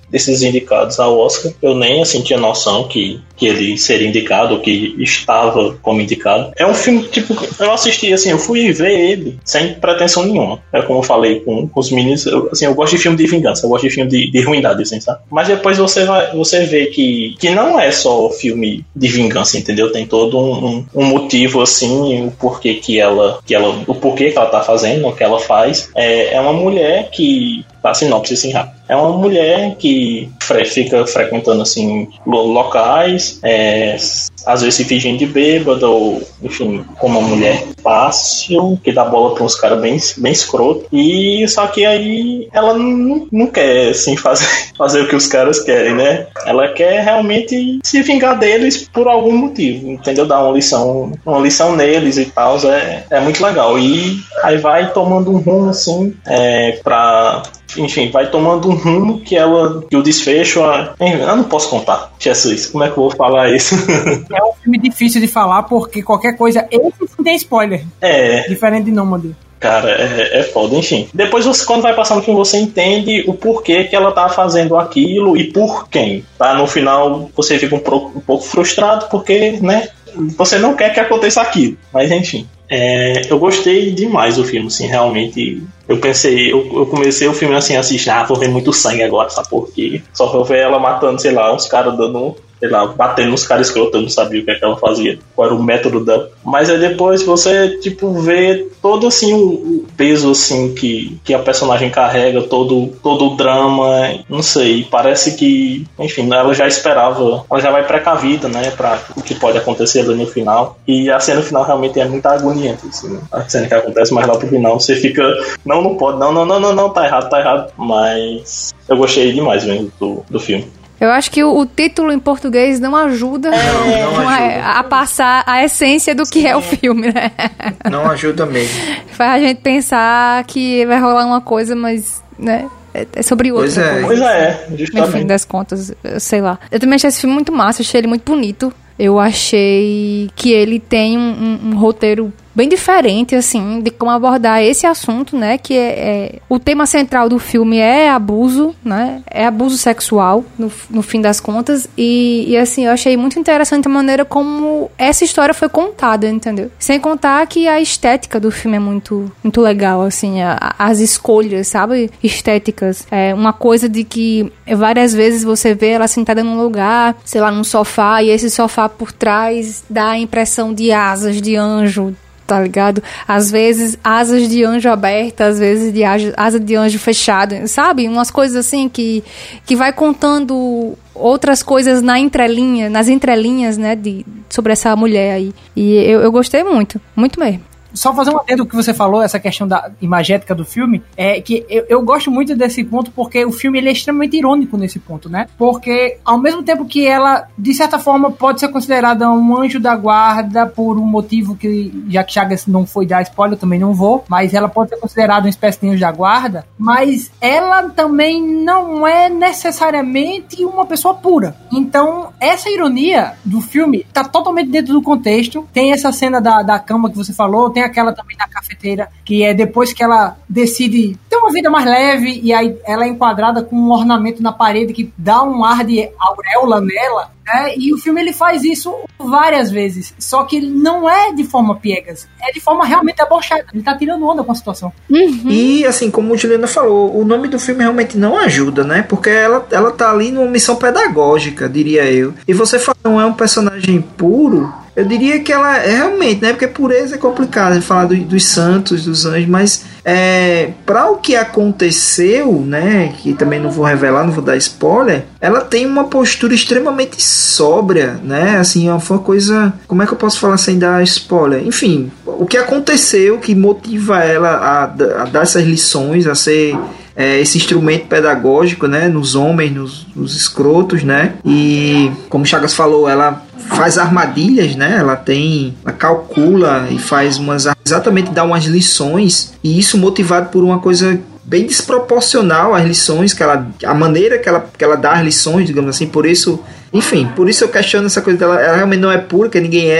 desses indicados ao Oscar. Eu nem assim tinha noção que ele seria indicado, ou que estava como indicado. É um filme, tipo, eu assisti assim, eu fui ver ele sem pretensão nenhuma. É como eu falei com os meninos, eu gosto de filme de vingança, eu gosto de filme de ruindade, assim, sabe? Mas depois você vê que não é só filme de vingança, entendeu? Tem todo um motivo, assim, o porquê que ela tá fazendo, o que ela faz. É uma mulher que, a sinopse assim rápido, é uma mulher que fica frequentando assim locais, às vezes se fingindo de bêbada, ou enfim, como uma mulher fácil, que dá bola para uns caras bem escroto. E só que aí ela não quer assim fazer o que os caras querem, né? Ela quer realmente se vingar deles por algum motivo, entendeu? Dar uma lição neles e tal. É muito legal. E aí vai tomando um rumo assim, enfim, vai tomando um rumo que o desfecho... Eu não posso contar, Jesus, como é que eu vou falar isso? É um filme difícil de falar, porque qualquer coisa... Esse tem spoiler. Diferente de Nômade. Cara, é foda, enfim. Depois, quando vai passando o filme, você entende o porquê que ela tá fazendo aquilo e por quem. Tá? No final, você fica um pouco frustrado, porque, né, você não quer que aconteça aquilo. Mas, enfim. Eu gostei demais do filme, assim, realmente. Eu pensei, eu comecei o filme assim, assistir, vou ver muito sangue agora, sabe por quê? Só vou ver ela matando, sei lá, uns caras dando, sei lá, batendo nos caras escrotos, eu não sabia o que ela fazia, qual era o método dela. Mas aí depois você, tipo, vê todo, assim, o peso, assim, que a personagem carrega, todo o drama, não sei, parece que, enfim, ela já esperava, ela já vai precavida, né, pra o que pode acontecer ali no final. E a cena final realmente é muito agoniante, assim, a cena que acontece, mas lá pro final você fica, não pode, não, tá errado, mas eu gostei demais mesmo do filme. Eu acho que o título em português não ajuda, a passar a essência do que é o filme, né? Não ajuda mesmo. Faz a gente pensar que vai rolar uma coisa, mas, né, é sobre outra coisa. Pois é, justamente. No fim das contas, sei lá. Eu também achei esse filme muito massa, eu achei ele muito bonito. Eu achei que ele tem um roteiro bem diferente, assim, de como abordar esse assunto, né, que o tema central do filme é abuso, né, é abuso sexual, no fim das contas, e assim, eu achei muito interessante a maneira como essa história foi contada, entendeu? Sem contar que a estética do filme é muito, muito legal, assim, as escolhas, sabe, estéticas, uma coisa de que várias vezes você vê ela sentada num lugar, sei lá, num sofá, e esse sofá por trás dá a impressão de asas de anjo, tá ligado? Às vezes asas de anjo aberta, às vezes de asa de anjo fechada, sabe? Umas coisas assim que vai contando outras coisas nas entrelinhas, né, sobre essa mulher aí. E eu gostei muito mesmo. Só fazer um adendo que você falou, essa questão da imagética do filme, é que eu gosto muito desse ponto, porque o filme ele é extremamente irônico nesse ponto, né? Porque ao mesmo tempo que ela, de certa forma, pode ser considerada um anjo da guarda por um motivo que, já que Chagas não foi dar spoiler, eu também não vou, mas ela pode ser considerada uma espécie de anjo da guarda, mas ela também não é necessariamente uma pessoa pura. Então, essa ironia do filme tá totalmente dentro do contexto. Tem essa cena da cama que você falou, tem aquela também da cafeteira, que é depois que ela decide ter uma vida mais leve, e aí ela é enquadrada com um ornamento na parede que dá um ar de auréola nela, né? E o filme ele faz isso várias vezes, só que ele não é de forma piegas, é de forma realmente debochada, ele tá tirando onda com a situação. E assim, como o Juliana falou, o nome do filme realmente não ajuda, né? Porque ela tá ali numa missão pedagógica, diria eu. E você fala, não é um personagem puro, eu diria que ela é realmente, né? Porque pureza é complicado, a gente falar dos santos, dos anjos, mas para o que aconteceu, né? Que também não vou revelar, não vou dar spoiler, ela tem uma postura extremamente sóbria, né? Assim, foi uma coisa... Como é que eu posso falar sem dar spoiler? Enfim, o que aconteceu que motiva ela a dar essas lições, a ser... esse instrumento pedagógico, né, nos homens, nos escrotos, né, e como o Chagas falou, ela faz armadilhas, né, ela calcula e faz exatamente dá umas lições, e isso motivado por uma coisa bem desproporcional às lições, a maneira que ela dá as lições, digamos assim, por isso eu questiono essa coisa dela, ela realmente não é pura, que ninguém é,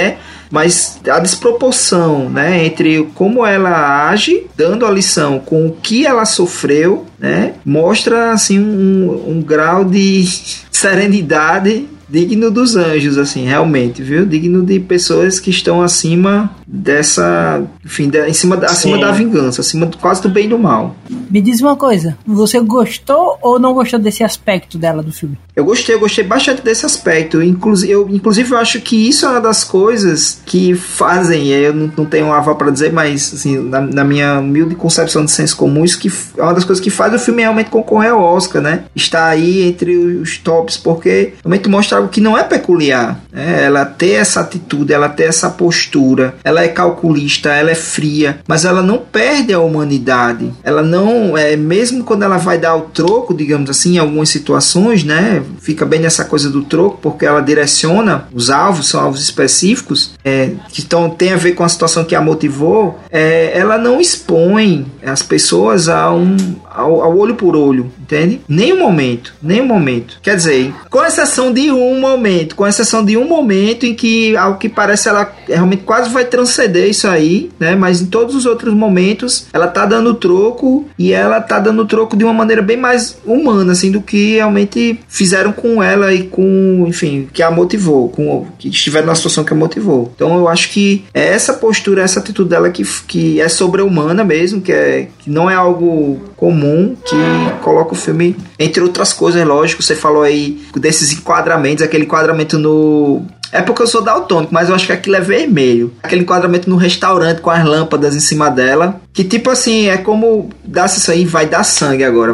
mas a desproporção, né, entre como ela age, dando a lição com o que ela sofreu, né, mostra assim um grau de serenidade digno dos anjos, assim, realmente, viu? Digno de pessoas que estão acima dessa, enfim, acima da vingança, acima quase do bem e do mal. Me diz uma coisa, você gostou ou não gostou desse aspecto dela do filme? Eu gostei bastante desse aspecto. Inclusive, eu acho que isso é uma das coisas que fazem, eu não tenho um aval para dizer, mas assim, na minha humilde concepção de senso comum, isso que é uma das coisas que faz o filme realmente concorrer ao Oscar, né? Está aí entre os tops, porque realmente mostra algo que não é peculiar, né? Ela ter essa atitude, ela ter essa postura, ela é calculista, ela é fria, mas ela não perde a humanidade. Ela não, mesmo quando ela vai dar o troco, digamos assim, em algumas situações, né? Fica bem nessa coisa do troco, porque ela direciona os alvos, são alvos específicos, que tem a ver com a situação que a motivou. Ela não expõe as pessoas ao olho por olho, entende? Nenhum momento. Quer dizer, com exceção de um momento em que algo que parece ela realmente quase vai transcender isso aí, né? Mas em todos os outros momentos ela tá dando troco, e ela tá dando troco de uma maneira bem mais humana, assim, do que realmente fizeram com ela e com, enfim, que a motivou, que estiveram na situação que a motivou. Então eu acho que é essa postura, essa atitude dela que é sobre-humana mesmo, que não é algo comum, que coloca o filme, entre outras coisas, lógico, você falou aí desses enquadramentos, aquele enquadramento no... É porque eu sou daltônico, mas eu acho que aquilo é vermelho. Aquele enquadramento no restaurante com as lâmpadas em cima dela. Que tipo assim, é como... Dá-se isso aí, vai dar sangue agora.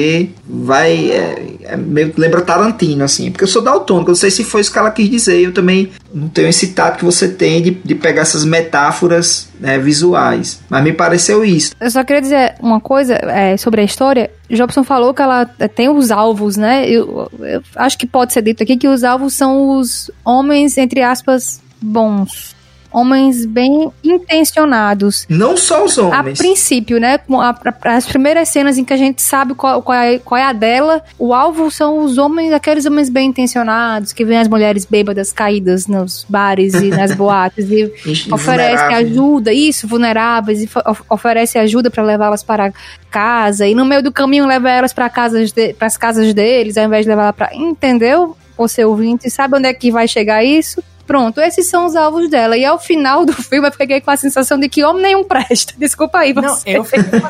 Lembra Tarantino, assim. Porque eu sou daltônico, eu não sei se foi isso que ela quis dizer. Eu também não tenho esse tato que você tem de pegar essas metáforas, né, visuais. Mas me pareceu isso. Eu só queria dizer uma coisa sobre a história. Jobson falou que ela tem os alvos, né? Eu acho que pode ser dito aqui que os alvos são os homens, entre aspas, bons. Homens bem intencionados. Não só os homens. A princípio, né? As primeiras cenas em que a gente sabe qual é a dela, o alvo são os homens, aqueles homens bem intencionados, que veem as mulheres bêbadas caídas nos bares e nas boates e oferecem ajuda, vulneráveis, e oferecem ajuda para levá-las para casa, e no meio do caminho leva elas para as casas deles, ao invés de levar ela para... Entendeu? Você ouvinte, sabe onde é que vai chegar isso? Pronto, esses são os alvos dela. E ao final do filme eu fiquei com a sensação de que homem nenhum presta. Desculpa aí, você. Não, eu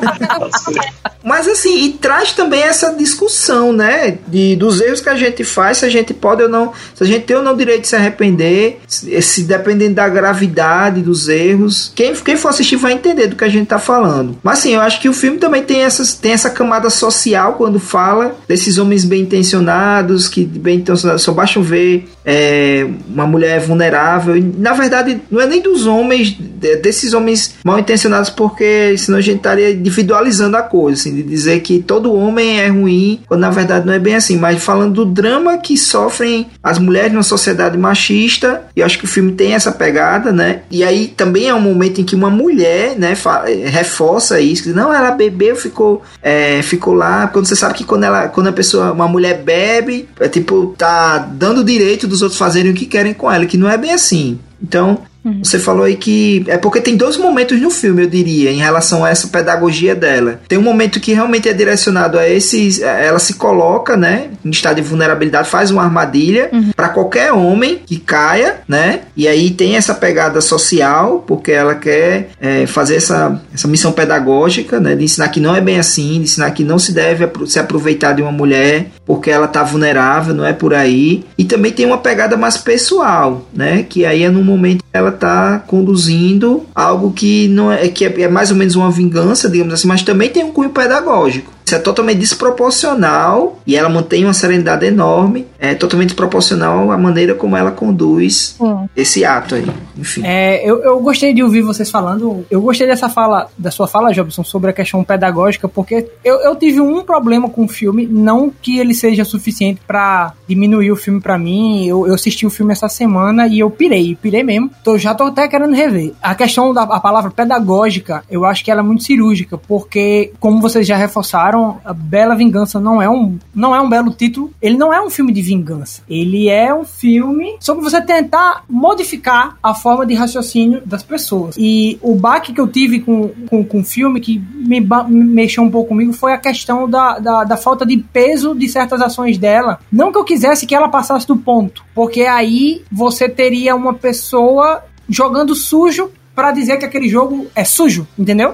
Mas assim, e traz também essa discussão, né? Dos erros que a gente faz, se a gente pode ou não, se a gente tem ou não direito de se arrepender, se dependendo da gravidade dos erros. Quem for assistir vai entender do que a gente tá falando. Mas assim, eu acho que o filme também tem essa camada social quando fala desses homens bem intencionados, que bem intencionados só basta ver uma mulher vulnerável. E, na verdade, não é nem dos homens, desses homens mal intencionados, porque senão a gente estaria individualizando a coisa, assim, de dizer que todo homem é ruim, quando na verdade não é bem assim. Mas falando do drama que sofrem as mulheres numa sociedade machista, e eu acho que o filme tem essa pegada, né? E aí também é um momento em que uma mulher, né, reforça isso, que não, ela bebeu, ficou lá, quando você sabe que quando uma mulher bebe, tá dando o direito dos outros fazerem o que querem com ela, que não é bem assim. Então, você falou aí que... É porque tem dois momentos no filme, eu diria, em relação a essa pedagogia dela. Tem um momento que realmente é direcionado a esses... Ela se coloca, né, em estado de vulnerabilidade, faz uma armadilha para qualquer homem que caia, né? E aí tem essa pegada social, porque ela quer fazer essa missão pedagógica, né, de ensinar que não é bem assim, de ensinar que não se deve se aproveitar de uma mulher porque ela tá vulnerável, não é por aí. E também tem uma pegada mais pessoal, né? Que aí é num momento que ela tá conduzindo algo que não que é mais ou menos uma vingança, digamos assim, mas também tem um cunho pedagógico. Isso é totalmente desproporcional, e ela mantém uma serenidade enorme, é totalmente desproporcional a maneira como ela conduz esse ato aí. Enfim. Eu gostei de ouvir vocês falando, eu gostei da sua fala, Jobson, sobre a questão pedagógica, porque eu tive um problema com o filme, não que ele seja suficiente pra diminuir o filme pra mim. Eu assisti o filme essa semana e eu pirei mesmo, já tô até querendo rever. A questão da palavra pedagógica, eu acho que ela é muito cirúrgica, porque, como vocês já reforçaram, a Bela Vingança não é um belo título. Ele não é um filme de vingança. Ele é um filme sobre você tentar modificar a forma forma de raciocínio das pessoas. E o baque que eu tive com o filme, que me mexeu um pouco comigo, foi a questão da falta de peso de certas ações dela. Não que eu quisesse que ela passasse do ponto, porque aí você teria uma pessoa jogando sujo pra dizer que aquele jogo é sujo, entendeu?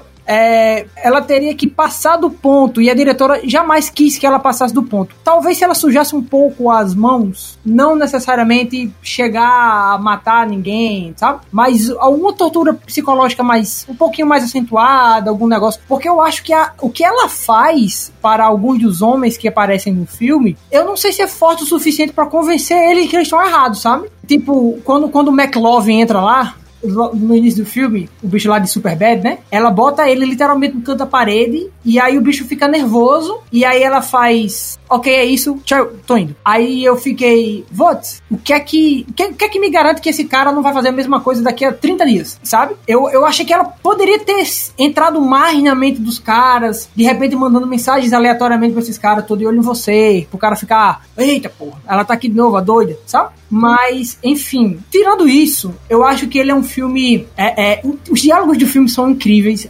Ela teria que passar do ponto, e a diretora jamais quis que ela passasse do ponto. Talvez se ela sujasse um pouco as mãos, não necessariamente chegar a matar ninguém, sabe? Mas alguma tortura psicológica um pouquinho mais acentuada, algum negócio. Porque eu acho que o que ela faz para alguns dos homens que aparecem no filme, eu não sei se é forte o suficiente para convencer eles que eles estão errados, sabe? Tipo, quando o McLovin entra lá, no início do filme, o bicho lá de Superbad, né? Ela bota ele literalmente no canto da parede, e aí o bicho fica nervoso, e aí ela faz: ok, é isso, tchau, tô indo. Aí eu fiquei: what? O que é que me garante que esse cara não vai fazer a mesma coisa daqui a 30 dias, sabe? Eu achei que ela poderia ter entrado mais na mente dos caras, de repente mandando mensagens aleatoriamente pra esses caras: tô de olho em você, pro cara ficar: eita porra, ela tá aqui de novo, a doida, sabe? Mas, enfim, tirando isso, eu acho que ele é um filme... os diálogos do filme são incríveis.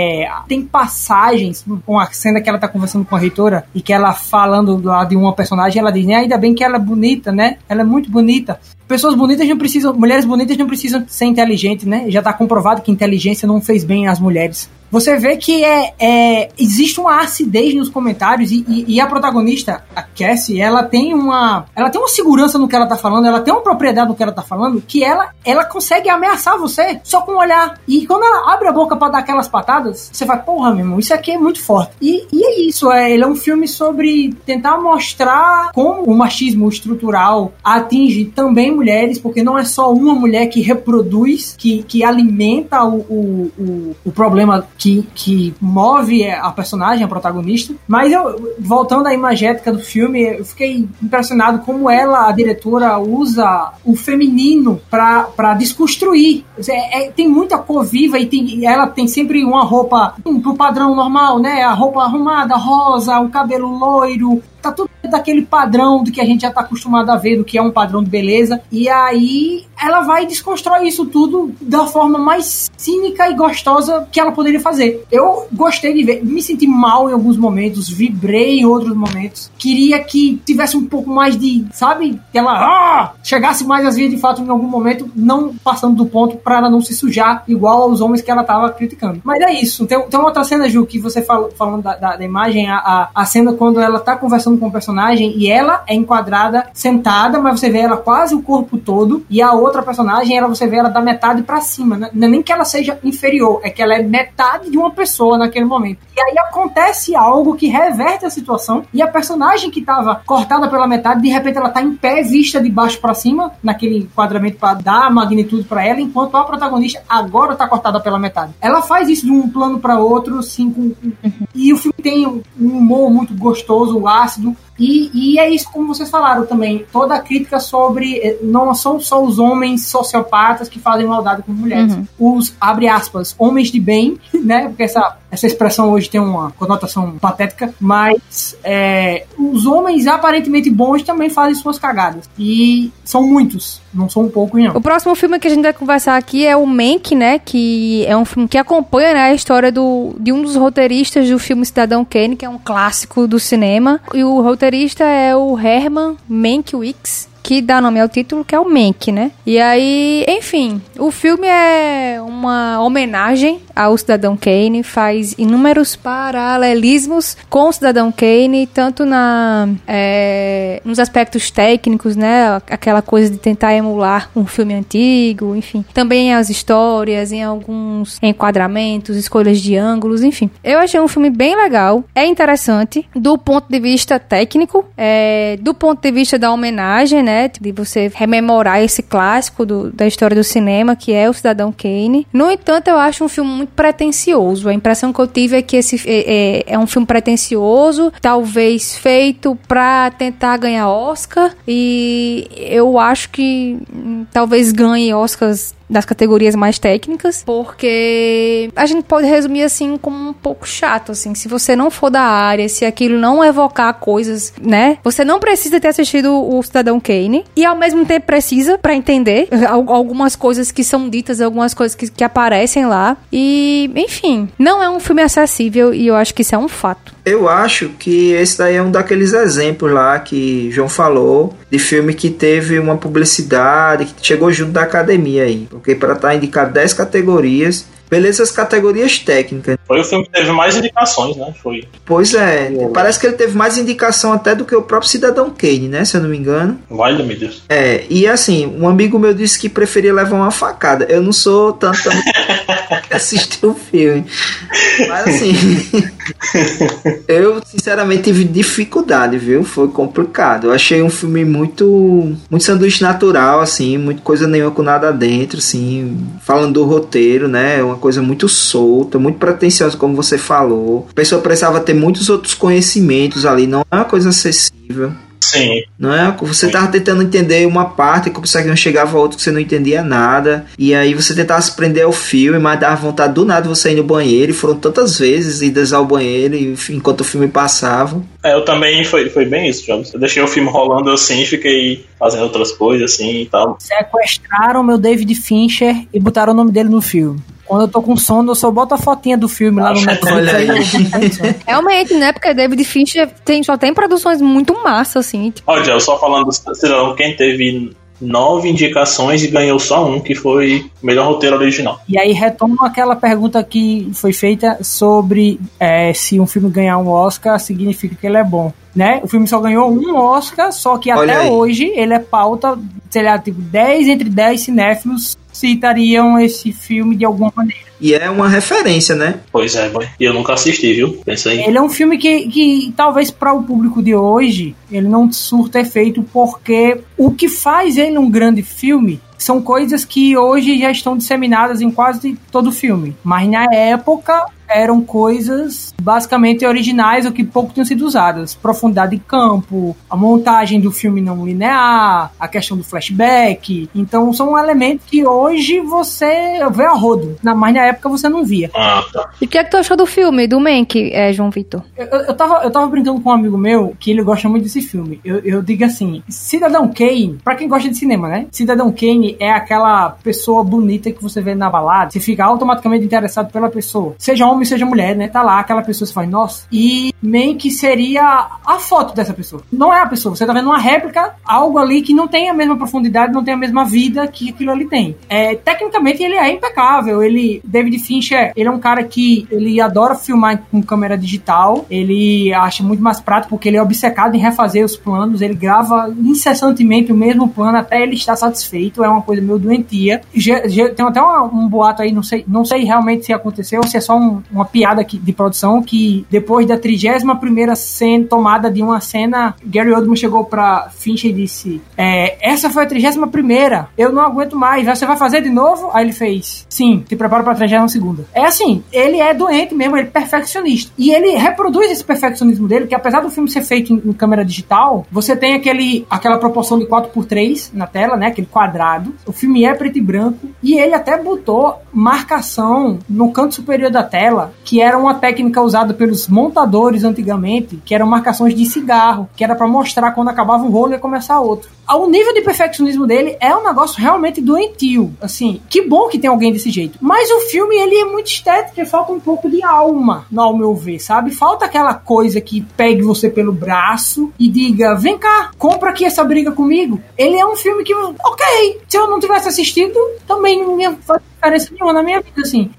Tem passagens, com a cena que ela tá conversando com a reitora, e que ela falando lá de uma personagem, ela diz, né, ainda bem que ela é bonita, né? Ela é muito bonita. Pessoas bonitas não precisam... Mulheres bonitas não precisam ser inteligentes, né? Já tá comprovado que inteligência não fez bem às mulheres. Você vê que existe uma acidez nos comentários, e a protagonista, a Cassie, ela tem uma segurança no que ela tá falando, ela tem uma propriedade no que ela tá falando, que ela consegue ameaçar você só com um olhar. E quando ela abre a boca pra dar aquelas patadas, você vai: porra, meu irmão, isso aqui é muito forte. E é isso, ele é um filme sobre tentar mostrar como o machismo estrutural atinge também mulheres, porque não é só uma mulher que reproduz, que alimenta o problema que move a personagem, a protagonista. Mas voltando à imagética do filme, eu fiquei impressionado como a diretora, usa o feminino pra desconstruir. Tem muita cor viva, e ela tem sempre uma roupa pro padrão normal, né? A roupa arrumada, rosa, o cabelo loiro, tá tudo daquele padrão do que a gente já tá acostumado a ver, do que é um padrão de beleza. E aí ela vai desconstruir isso tudo da forma mais cínica e gostosa que ela poderia fazer. Eu gostei de ver, me senti mal em alguns momentos, vibrei em outros momentos, queria que tivesse um pouco mais de, sabe, que ela chegasse mais às vias de fato em algum momento, não passando do ponto pra ela não se sujar igual aos homens que ela tava criticando. Mas é isso. Tem outra cena, Ju, que você falando da imagem, a cena quando ela tá conversando com o personagem e ela é enquadrada sentada, mas você vê ela quase o corpo todo, e a outra personagem, você vê ela da metade pra cima, né? Não é nem que ela seja inferior, é que ela é metade de uma pessoa naquele momento. E aí acontece algo que reverte a situação, e a personagem que tava cortada pela metade, de repente ela tá em pé, vista de baixo pra cima, naquele enquadramento pra dar magnitude pra ela, enquanto a protagonista agora tá cortada pela metade. Ela faz isso de um plano pra outro, assim, e o filme tem um humor muito gostoso, ácido. E é isso, como vocês falaram também, toda a crítica sobre não são só os homens sociopatas que fazem maldade com mulheres. Os, abre aspas, homens de bem, né? Porque essa expressão hoje tem uma conotação patética, mas os homens aparentemente bons também fazem suas cagadas. E são muitos, não são um pouco, não. O próximo filme que a gente vai conversar aqui é o Mank, né? Que é um filme que acompanha, né, a história de um dos roteiristas do filme Cidadão Kane, que é um clássico do cinema. E o roteirista é o Herman Mankiewicz, que dá nome ao título, que é o Mank, né? E aí, enfim, o filme é uma homenagem ao Cidadão Kane, faz inúmeros paralelismos com o Cidadão Kane, tanto nos aspectos técnicos, né? Aquela coisa de tentar emular um filme antigo, enfim. Também as histórias, em alguns enquadramentos, escolhas de ângulos, enfim. Eu achei um filme bem legal, é interessante do ponto de vista técnico, do ponto de vista da homenagem, né? De você rememorar esse clássico da história do cinema, que é o Cidadão Kane. No entanto, eu acho um filme muito pretencioso. A impressão que eu tive é que esse é um filme pretencioso, talvez feito pra tentar ganhar Oscar, e eu acho que talvez ganhe Oscars das categorias mais técnicas, porque a gente pode resumir assim como um pouco chato, assim, se você não for da área, se aquilo não evocar coisas, né, você não precisa ter assistido o Cidadão Kane, e ao mesmo tempo precisa pra entender algumas coisas que são ditas, algumas coisas que aparecem lá, e, enfim, não é um filme acessível, e eu acho que isso é um fato. Eu acho que esse daí é um daqueles exemplos lá que João falou, de filme que teve uma publicidade, que chegou junto da academia aí. Porque para estar indicado 10 categorias, beleza, as categorias técnicas. Foi o filme que teve mais indicações, né? Foi. Pois é, parece que ele teve mais indicação até do que o próprio Cidadão Kane, né? Se eu não me engano. Vale, meu Deus. É, e assim, um amigo meu disse que preferia levar uma facada. Eu não sou tanto assistir o filme. Mas assim, eu sinceramente tive dificuldade, viu? Foi complicado. Eu achei um filme muito sanduíche natural, assim, muito coisa nenhuma com nada dentro, assim, falando do roteiro, né? Uma coisa muito solta, muito pretensiosa, como você falou. A pessoa precisava ter muitos outros conhecimentos ali, não é uma coisa acessível. Sim. Não é? Você tava tentando entender uma parte e não chegava a outra que você não entendia nada. E aí você tentava se prender ao filme, mas dava vontade do nada você ir no banheiro. E foram tantas vezes idas ao banheiro enquanto o filme passava. Eu também, foi bem isso, Jobs. Eu deixei o filme rolando assim, fiquei fazendo outras coisas assim e tal. Sequestraram meu David Fincher e botaram o nome dele no filme. Quando eu tô com sono, eu só boto a fotinha do filme lá no Netflix. Realmente, né? Porque David Fincher só tem produções muito massas, assim. Olha, eu só falando do Cidadão, quem teve 9 indicações e ganhou só um, que foi melhor roteiro original. E aí retomo aquela pergunta que foi feita sobre se um filme ganhar um Oscar significa que ele é bom, né? O filme só ganhou um Oscar, só que até hoje ele é pauta, sei lá, tipo 10 entre 10 cinéfilos citariam esse filme de alguma maneira. E é uma referência, né? Pois é, boy. Eu nunca assisti, viu? Pensa aí. Ele é um filme que talvez para o público de hoje ele não surta efeito, porque o que faz ele um grande filme são coisas que hoje já estão disseminadas em quase todo o filme. Mas na época eram coisas basicamente originais ou que pouco tinham sido usadas. Profundidade de campo, a montagem do filme não linear, a questão do flashback. Então são elementos que hoje você vê a rodo, mas na época você não via. Ah, tá. E o que é que tu achou do filme, do Mank, João Vitor? Eu tava brincando com um amigo meu que ele gosta muito desse filme. Eu digo assim, Cidadão Kane, pra quem gosta de cinema, né? Cidadão Kane é aquela pessoa bonita que você vê na balada, você fica automaticamente interessado pela pessoa. Seja homem, seja mulher, né? Tá lá aquela pessoa, você faz, nossa. E Mank seria a foto dessa pessoa. Não é a pessoa, você tá vendo uma réplica, algo ali que não tem a mesma profundidade, não tem a mesma vida que aquilo ali tem. Tecnicamente ele é impecável. David Fincher, ele é um cara que ele adora filmar com câmera digital, ele acha muito mais prático porque ele é obcecado em refazer os planos, ele grava incessantemente o mesmo plano até ele estar satisfeito, é uma coisa meio doentia. Tem até um boato aí, não sei realmente se aconteceu ou se é só uma piada de produção, que depois da 31ª tomada de uma cena, Gary Oldman chegou pra Fincher e disse, essa foi a 31ª, eu não aguento mais, você vai fazer de novo? Aí ele fez, sim, te prepara pra 32ª. É assim, ele é doente mesmo, ele é perfeccionista. E ele reproduz esse perfeccionismo dele, que apesar do filme ser feito em câmera digital, você tem aquela proporção de 4:3 na tela, né, aquele quadrado. O filme é preto e branco, e ele até botou marcação no canto superior da tela, que era uma técnica usada pelos montadores antigamente, que eram marcações de cigarro, que era pra mostrar quando acabava um rolo e ia começar outro. O nível de perfeccionismo dele é um negócio realmente doentio, assim, que bom que tem alguém desse jeito. Mas o filme, ele é muito estético e falta um pouco de alma, ao meu ver, sabe? Falta aquela coisa que pegue você pelo braço e diga, vem cá, compra aqui essa briga comigo. Ele é um filme que, ok, se eu não tivesse assistido, também não ia fazer diferença nenhuma na minha vida, assim.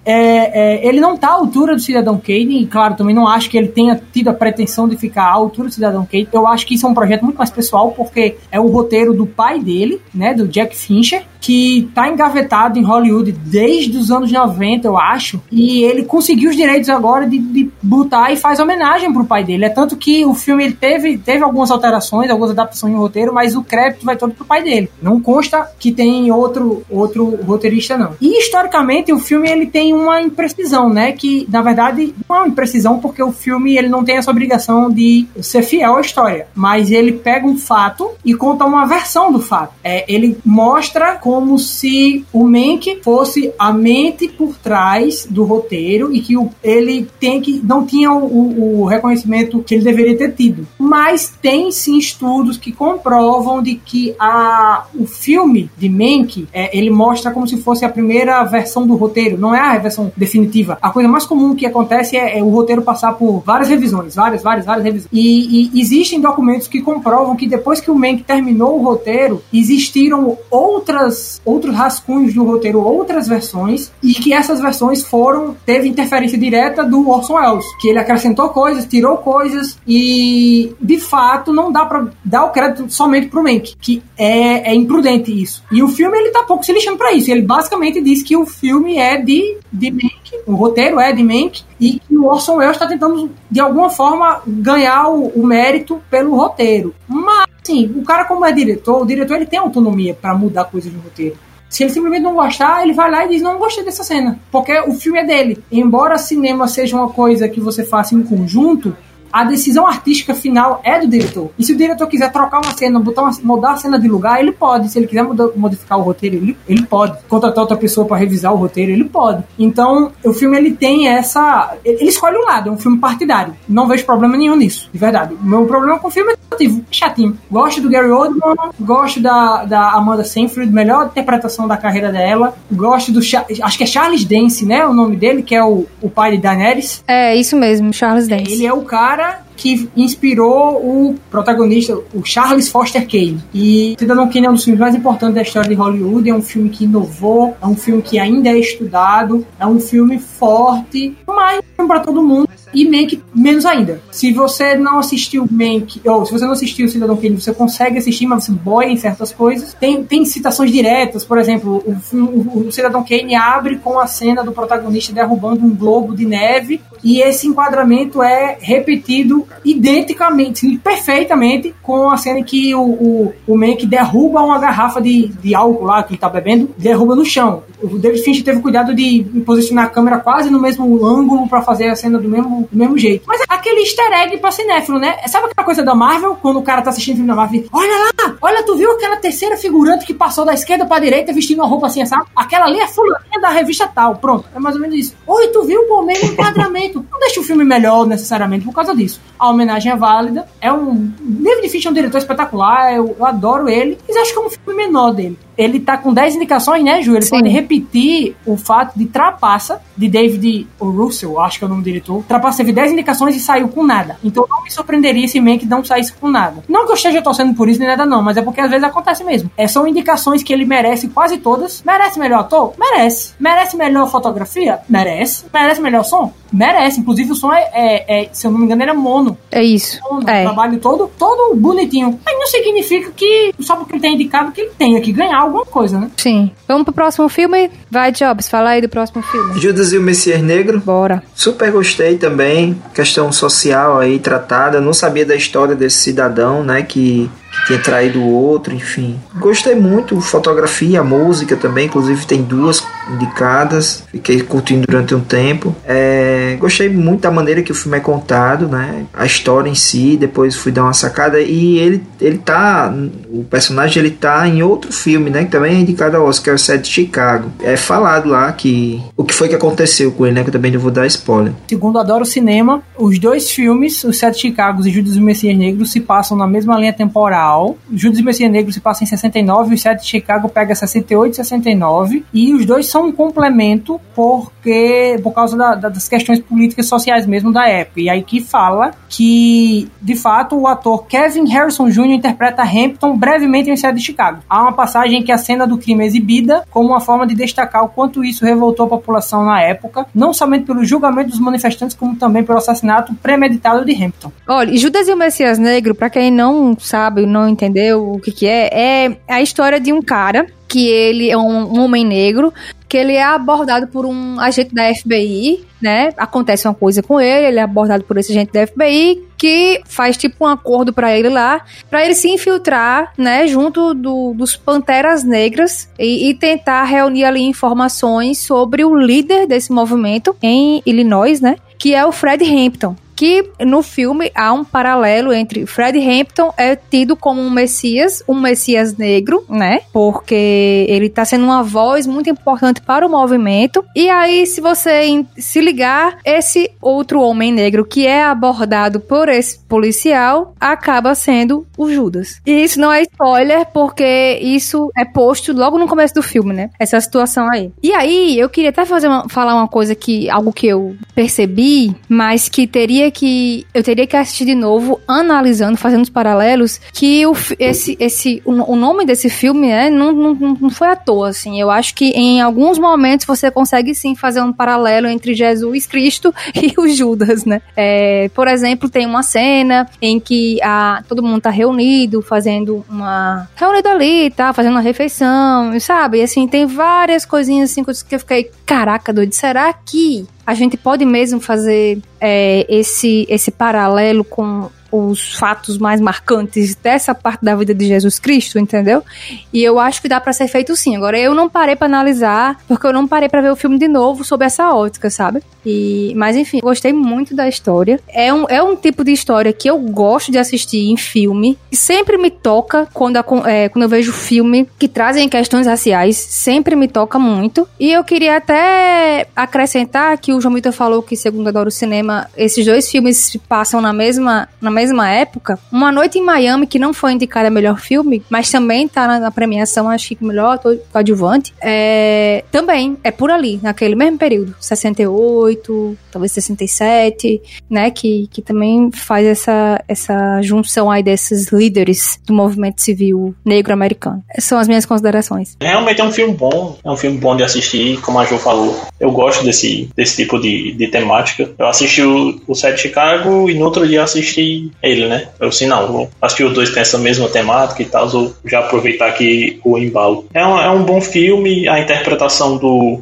Ele não tá à altura do Cidadão Kane, e claro, também não acho que ele tenha tido a pretensão de ficar à altura do Cidadão Kane. Eu acho que isso é um projeto muito mais pessoal, porque é o roteiro do pai dele, né, do Jack Fincher, que tá engavetado em Hollywood desde os anos 90, eu acho, e ele conseguiu os direitos agora de botar e faz homenagem pro pai dele. É tanto que o filme ele teve algumas alterações, algumas adaptações no roteiro, mas o crédito vai todo pro pai dele. Não consta que tem outro roteirista, não. E historicamente, o filme ele tem uma imprecisão, né? Que, na verdade, não é uma imprecisão porque o filme ele não tem essa obrigação de ser fiel à história. Mas ele pega um fato e conta uma versão do fato. Ele mostra como se o Mank fosse a mente por trás do roteiro e que ele não tinha o reconhecimento que ele deveria ter tido. Mas tem sim estudos que comprovam de que o filme de Mank, ele mostra como se fosse a primeira versão do roteiro, não é a versão definitiva. A coisa mais comum que acontece é o roteiro passar por várias revisões, várias revisões. E existem documentos que comprovam que depois que o Mank terminou o roteiro, existiram outros rascunhos do roteiro, outras versões, e que essas versões teve interferência direta do Orson Welles, que ele acrescentou coisas, tirou coisas, e de fato não dá pra dar o crédito somente pro Mank, que é imprudente isso. E o filme, ele tá pouco se lixando pra isso. Ele basicamente diz que o filme é de Mank, o roteiro é de Mank, e que o Orson Welles está tentando, de alguma forma, ganhar o mérito pelo roteiro. Mas, sim, o cara como é diretor, o diretor ele tem autonomia para mudar coisas no roteiro. Se ele simplesmente não gostar, ele vai lá e diz, não gostei dessa cena, porque o filme é dele. Embora cinema seja uma coisa que você faça em conjunto, a decisão artística final é do diretor. E se o diretor quiser trocar uma cena, mudar a cena de lugar, ele pode. Se ele quiser modificar o roteiro, ele pode. Contratar outra pessoa para revisar o roteiro, ele pode. Então, o filme, ele tem essa... Ele escolhe um lado, é um filme partidário. Não vejo problema nenhum nisso, de verdade. O meu problema com o filme é chatinho. Gosto do Gary Oldman, gosto da Amanda Seyfried, melhor interpretação da carreira dela. Gosto do... Acho que é Charles Dance, né? O nome dele, que é o pai de Daenerys. É, isso mesmo, Charles Dance. Ele é o cara que inspirou o protagonista, o Charles Foster Kane. E Cidadão Kane é um dos filmes mais importantes da história de Hollywood, é um filme que inovou, é um filme que ainda é estudado, é um filme forte, mas é um filme para todo mundo. E Mank menos ainda. Se você não assistiu Mank, ou se você não assistiu Cidadão Kane, você consegue assistir, mas você boia em certas coisas. Tem citações diretas, por exemplo, o Cidadão Kane abre com a cena do protagonista derrubando um globo de neve, e esse enquadramento é repetido identicamente, perfeitamente, com a cena em que o Mank derruba uma garrafa de álcool lá que ele tá bebendo, derruba no chão. O David Fincher teve cuidado de posicionar a câmera quase no mesmo ângulo pra fazer a cena do mesmo jeito. Mas é aquele easter egg pra cinéfilo, né? Sabe aquela coisa da Marvel? Quando o cara tá assistindo o filme da Marvel, olha, tu viu aquela terceira figurante que passou da esquerda pra direita vestindo uma roupa assim, sabe? Aquela ali é fulaninha da revista tal. Pronto, é mais ou menos isso. Oi, tu viu o mesmo enquadramento? Não deixa o filme melhor necessariamente por causa disso. A homenagem é válida. David Fincher é um diretor espetacular, eu adoro ele, mas acho que é um filme menor dele. Ele tá com 10 indicações, né, Ju? Ele pode repetir o fato de Trapaça, de David Russell, acho que é o nome do diretor. Trapaça teve 10 indicações e saiu com nada. Então não me surpreenderia se Mank não saísse com nada. Não que eu esteja torcendo por isso nem nada não, mas é porque às vezes acontece mesmo. São indicações que ele merece quase todas. Merece melhor ator? Merece. Merece melhor fotografia? Merece. Merece melhor som? Merece. Inclusive o som se eu não me engano, ele é mono. É isso. Mono. O trabalho todo bonitinho. Mas não significa que só porque ele tem indicado que ele tenha que ganhar alguma coisa, né? Sim. Vamos pro próximo filme? Vai, Jobs, fala aí do próximo filme. Judas e o Messias Negro. Bora. Super gostei também. Questão social aí tratada. Não sabia da história desse cidadão, né? Que tinha traído o outro, enfim. Gostei muito, fotografia, música também, inclusive tem 2 indicadas, fiquei curtindo durante um tempo. Gostei muito da maneira que o filme é contado, né? A história em si, depois fui dar uma sacada e ele tá, o personagem ele tá em outro filme, né? Que também é indicado ao Oscar, que é o Set de Chicago. É falado lá que o que foi que aconteceu com ele, né? Que eu também não vou dar spoiler. Segundo Adoro Cinema, os 2 filmes, o Set de Chicago e Judas e o Messias Negro, se passam na mesma linha temporal. Judas e o Messias Negro se passa em 69 e o Set de Chicago pega 68 e 69, e os 2 são um complemento por causa das questões políticas e sociais mesmo da época. E aí que fala que, de fato, o ator Kevin Harrison Jr. interpreta Hampton brevemente em Set de Chicago. Há uma passagem em que a cena do crime é exibida como uma forma de destacar o quanto isso revoltou a população na época, não somente pelo julgamento dos manifestantes, como também pelo assassinato premeditado de Hampton. Olha, Judas e o Messias Negro, pra quem não sabe, não entendeu o que é a história de um cara que ele é um homem negro que ele é abordado por um agente da FBI, né? Acontece uma coisa com ele é abordado por esse agente da FBI que faz tipo um acordo pra ele lá, pra ele se infiltrar, né, junto dos Panteras Negras e tentar reunir ali informações sobre o líder desse movimento em Illinois, né, que é o Fred Hampton. Que no filme há um paralelo entre Fred Hampton é tido como um messias negro, né? Porque ele tá sendo uma voz muito importante para o movimento. E aí, se você se ligar, esse outro homem negro que é abordado por esse policial acaba sendo o Judas. E isso não é spoiler, porque isso é posto logo no começo do filme, né? Essa situação aí. E aí, eu queria até falar uma coisa algo que eu percebi, mas que eu teria que assistir de novo, analisando, fazendo os paralelos, que o nome desse filme, né, não foi à toa, assim. Eu acho que em alguns momentos você consegue sim fazer um paralelo entre Jesus Cristo e o Judas, né? Por exemplo, tem uma cena em que todo mundo tá reunido ali, tá? Fazendo uma refeição, sabe? E assim, tem várias coisinhas assim que eu fiquei, caraca, doido, será que a gente pode mesmo fazer esse paralelo com os fatos mais marcantes dessa parte da vida de Jesus Cristo, entendeu? E eu acho que dá pra ser feito sim. Agora, eu não parei pra analisar, porque eu não parei pra ver o filme de novo sob essa ótica, sabe? Mas enfim, gostei muito da história. É um tipo de história que eu gosto de assistir em filme, e sempre me toca quando eu vejo filme que trazem questões raciais, sempre me toca muito. E eu queria até acrescentar que o João Vitor falou que, segundo Adoro o Cinema, esses dois filmes se passam na mesma época. Uma Noite em Miami, que não foi indicada a melhor filme, mas também tá na premiação, acho que melhor ator coadjuvante, também é por ali, naquele mesmo período, 68, talvez 67, né, que também faz essa junção aí desses líderes do movimento civil negro-americano. Essas são as minhas considerações. Realmente é um filme bom de assistir, como a Jo falou. Eu gosto desse tipo de temática. Eu assisti o Set de Chicago e no outro dia assisti ele, né? Eu assim, vou assistir os dois que tem essa mesma temática e tal, vou já aproveitar aqui o embalo. É um bom filme, a interpretação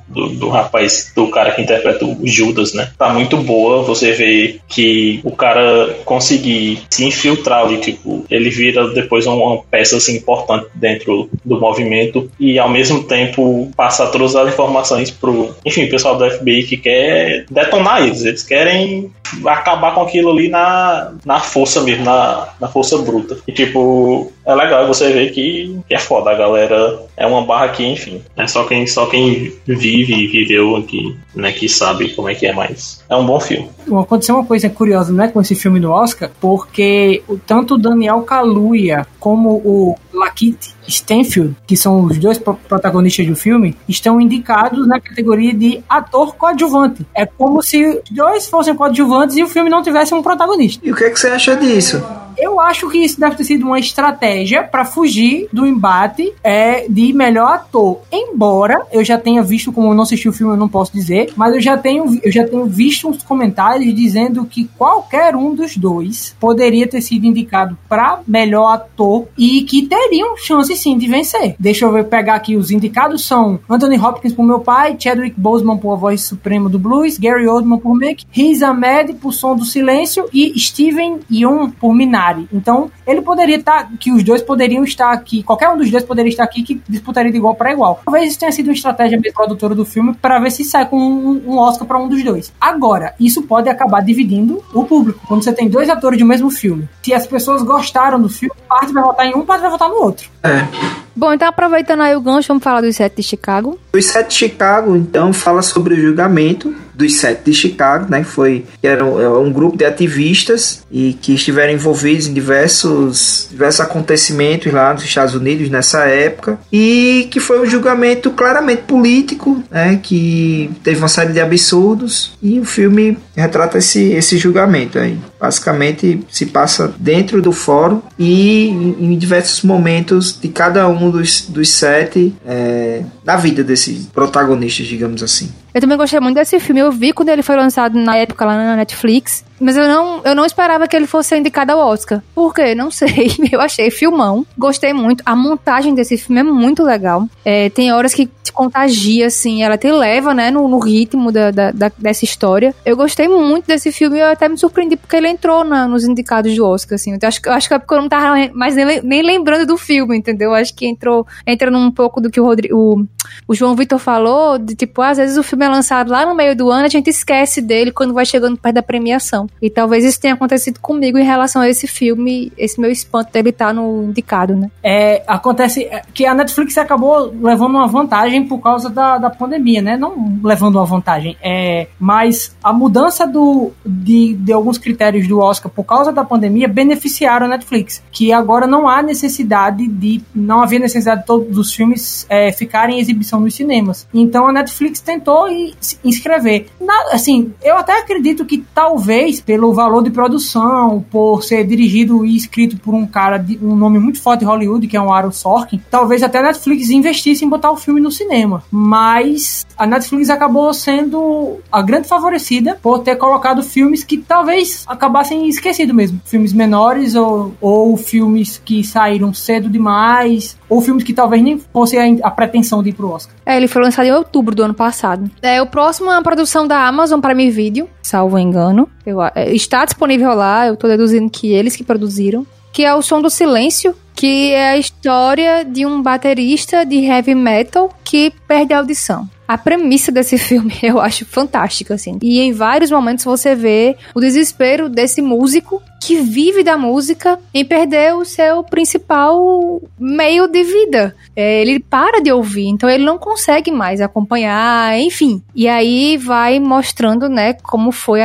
do rapaz, do cara que interpreta o Judas, né? Tá muito boa, você vê que o cara conseguir se infiltrar ali, tipo, ele vira depois uma peça assim, importante dentro do movimento e ao mesmo tempo passar todas as informações pro, enfim, o pessoal do FBI que quer detonar eles querem acabar com aquilo ali na força mesmo, na força bruta. E tipo, é legal você ver que é foda, a galera é uma barra aqui, enfim. É só quem vive e viveu aqui, né, que sabe como é que é, mais. É um bom filme. Aconteceu uma coisa curiosa, né, com esse filme do Oscar, porque tanto o Daniel Kaluuya como o Lakeith Stanfield, que são os dois protagonistas do filme, estão indicados na categoria de ator coadjuvante. É como se os dois fossem coadjuvantes e o filme não tivesse um protagonista. E o que é que você acha disso? Eu acho que isso deve ter sido uma estratégia para fugir do embate de melhor ator. Embora eu já tenha visto, como eu não assisti o filme, eu não posso dizer, mas eu já tenho visto uns comentários dizendo que qualquer um dos dois poderia ter sido indicado para melhor ator e que teriam chance sim de vencer. Deixa eu pegar aqui, os indicados são Anthony Hopkins por Meu Pai, Chadwick Boseman por A Voz Suprema do Blues, Gary Oldman por Mank, Riz Ahmed por Som do Silêncio e Steven Yeun por Minari. Então, ele poderia estar, que os dois poderiam estar aqui, qualquer um dos dois poderia estar aqui, que disputaria de igual para igual. Talvez isso tenha sido uma estratégia da produtora do filme para ver se sai com um Oscar para um dos dois. Agora, isso pode acabar dividindo o público. Quando você tem dois atores de um mesmo filme, se as pessoas gostaram do filme, parte vai votar em um, parte vai votar no outro. Bom, então aproveitando aí o gancho, vamos falar dos 7 de Chicago. Os 7 de Chicago, então, fala sobre o julgamento dos 7 de Chicago, né, que era um grupo de ativistas e que estiveram envolvidos em diversos acontecimentos lá nos Estados Unidos nessa época, e que foi um julgamento claramente político, né, que teve uma série de absurdos, e o filme retrata esse julgamento aí. Basicamente se passa dentro do fórum e em diversos momentos de cada um dos 7 da vida desses protagonistas, digamos assim. Eu também gostei muito desse filme. Eu vi quando ele foi lançado na época lá na Netflix. Mas eu não esperava que ele fosse indicado ao Oscar. Por quê? Não sei. Eu achei filmão. Gostei muito. A montagem desse filme é muito legal. Tem horas que te contagia, assim. Ela te leva, né, no ritmo dessa história. Eu gostei muito desse filme e eu até me surpreendi porque ele entrou nos indicados do Oscar, assim. Eu acho que é porque eu não tava mais nem lembrando do filme, entendeu? Eu acho que entra num pouco do que o João Vitor falou, de tipo, às vezes o filme é lançado lá no meio do ano, a gente esquece dele quando vai chegando perto da premiação. E talvez isso tenha acontecido comigo em relação a esse filme, esse meu espanto dele estar no indicado, né? Acontece que a Netflix acabou levando uma vantagem por causa da pandemia, né? Não levando uma vantagem, mas a mudança de alguns critérios do Oscar por causa da pandemia beneficiaram a Netflix, que agora não havia necessidade de todos os filmes ficarem em exibição nos cinemas. Então a Netflix tentou inscrever. Assim, eu até acredito que talvez pelo valor de produção, por ser dirigido e escrito por um cara de um nome muito forte de Hollywood, que é um Aaron Sorkin, talvez até a Netflix investisse em botar o filme no cinema. Mas a Netflix acabou sendo a grande favorecida por ter colocado filmes que talvez acabassem esquecidos mesmo. Filmes menores ou filmes que saíram cedo demais, ou filmes que talvez nem fossem a pretensão de ir pro Oscar. Ele foi lançado em outubro do ano passado. O próximo é uma produção da Amazon Prime Video, salvo engano. Está disponível lá, eu tô deduzindo que eles que produziram, que é O Som do Silêncio, que é a história de um baterista de heavy metal que perde a audição. A premissa desse filme eu acho fantástica, assim. E em vários momentos você vê o desespero desse músico que vive da música em perder o seu principal meio de vida. Ele para de ouvir, então ele não consegue mais acompanhar, enfim. E aí vai mostrando, né, como foi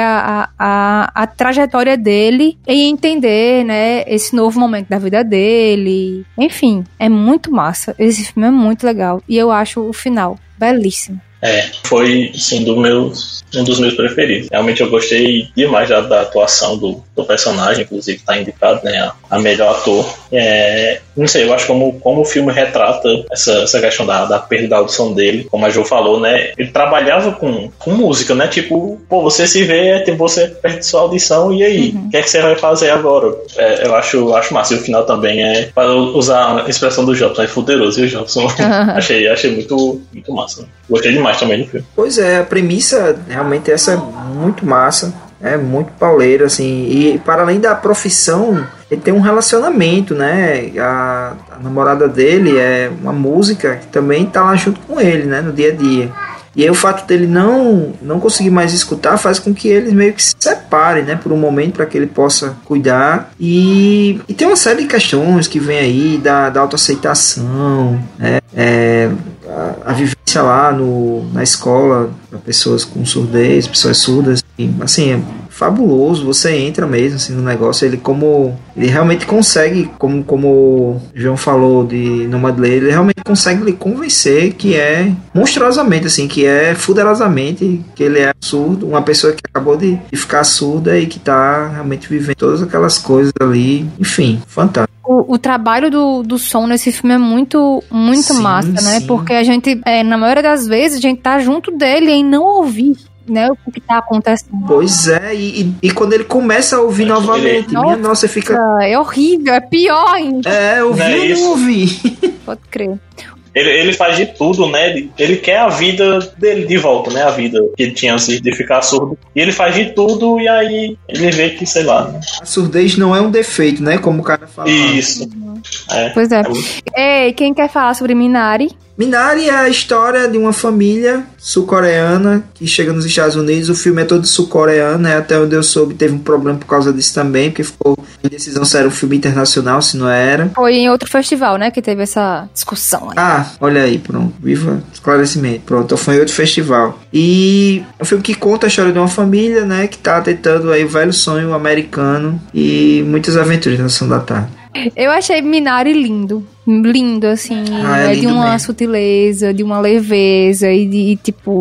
a trajetória dele em entender, né, esse novo momento da vida dele. Enfim, é muito massa. Esse filme é muito legal. E eu acho o final belíssimo. Foi, sim, um dos meus preferidos. Realmente eu gostei demais da atuação do personagem, inclusive está indicado, né, a melhor ator. Não sei, eu acho como o filme retrata essa questão da perda da audição dele, como a Jo falou, né, ele trabalhava com música, né, tipo, você se vê, você perde sua audição, e aí? O que é que você vai fazer agora? Eu acho massa, e o final também para usar a expressão do Jobson, é fuderoso, viu, Jobson? Achei muito, muito massa, né? Gostei demais também do filme. Pois é, a premissa realmente essa é muito massa, muito pauleira, assim, e para além da profissão, ele tem um relacionamento, né, a namorada dele é uma música que também tá lá junto com ele, né, no dia a dia. E aí o fato dele não conseguir mais escutar faz com que eles meio que se separem, né, por um momento, para que ele possa cuidar. E tem uma série de questões que vem aí da autoaceitação, né, a vivência lá na escola para pessoas com surdez, pessoas surdas. E, assim, é fabuloso, você entra mesmo assim, no negócio, ele realmente consegue, como o João falou de Nomadland, ele realmente consegue lhe convencer que monstruosamente, assim, que fuderosamente, que ele é surdo, uma pessoa que acabou de ficar surda e que tá realmente vivendo todas aquelas coisas ali, enfim, fantástico. O trabalho do som nesse filme é muito, muito massa, né? Sim. Porque a gente, na maioria das vezes, a gente tá junto dele em não ouvir, né, o que tá acontecendo. Pois é, e quando ele começa a ouvir novamente, minha nossa, fica... É horrível, é pior ainda. Ouvir ou não ouvir? Pode crer. Ele faz de tudo, né? Ele quer a vida dele de volta, né? A vida que ele tinha antes de ficar surdo. E ele faz de tudo e aí ele vê que, sei lá, né? A surdez não é um defeito, né? Como o cara fala. Isso. Pois é. Quem quer falar sobre Minari? Minari é a história de uma família sul-coreana que chega nos Estados Unidos. O filme é todo sul-coreano, né? Até onde eu soube, teve um problema por causa disso também, porque ficou em decisão se era um filme internacional, se não era. Foi em outro festival, né, que teve essa discussão aí. Olha aí, pronto. Viva esclarecimento. Pronto, então foi em outro festival. E é um filme que conta a história de uma família, né, que tá tentando aí o velho sonho americano e muitas aventuras na Sessão da Tarde. Eu achei Minari lindo. Lindo, assim. É de uma mesmo. sutileza, de uma leveza e tipo...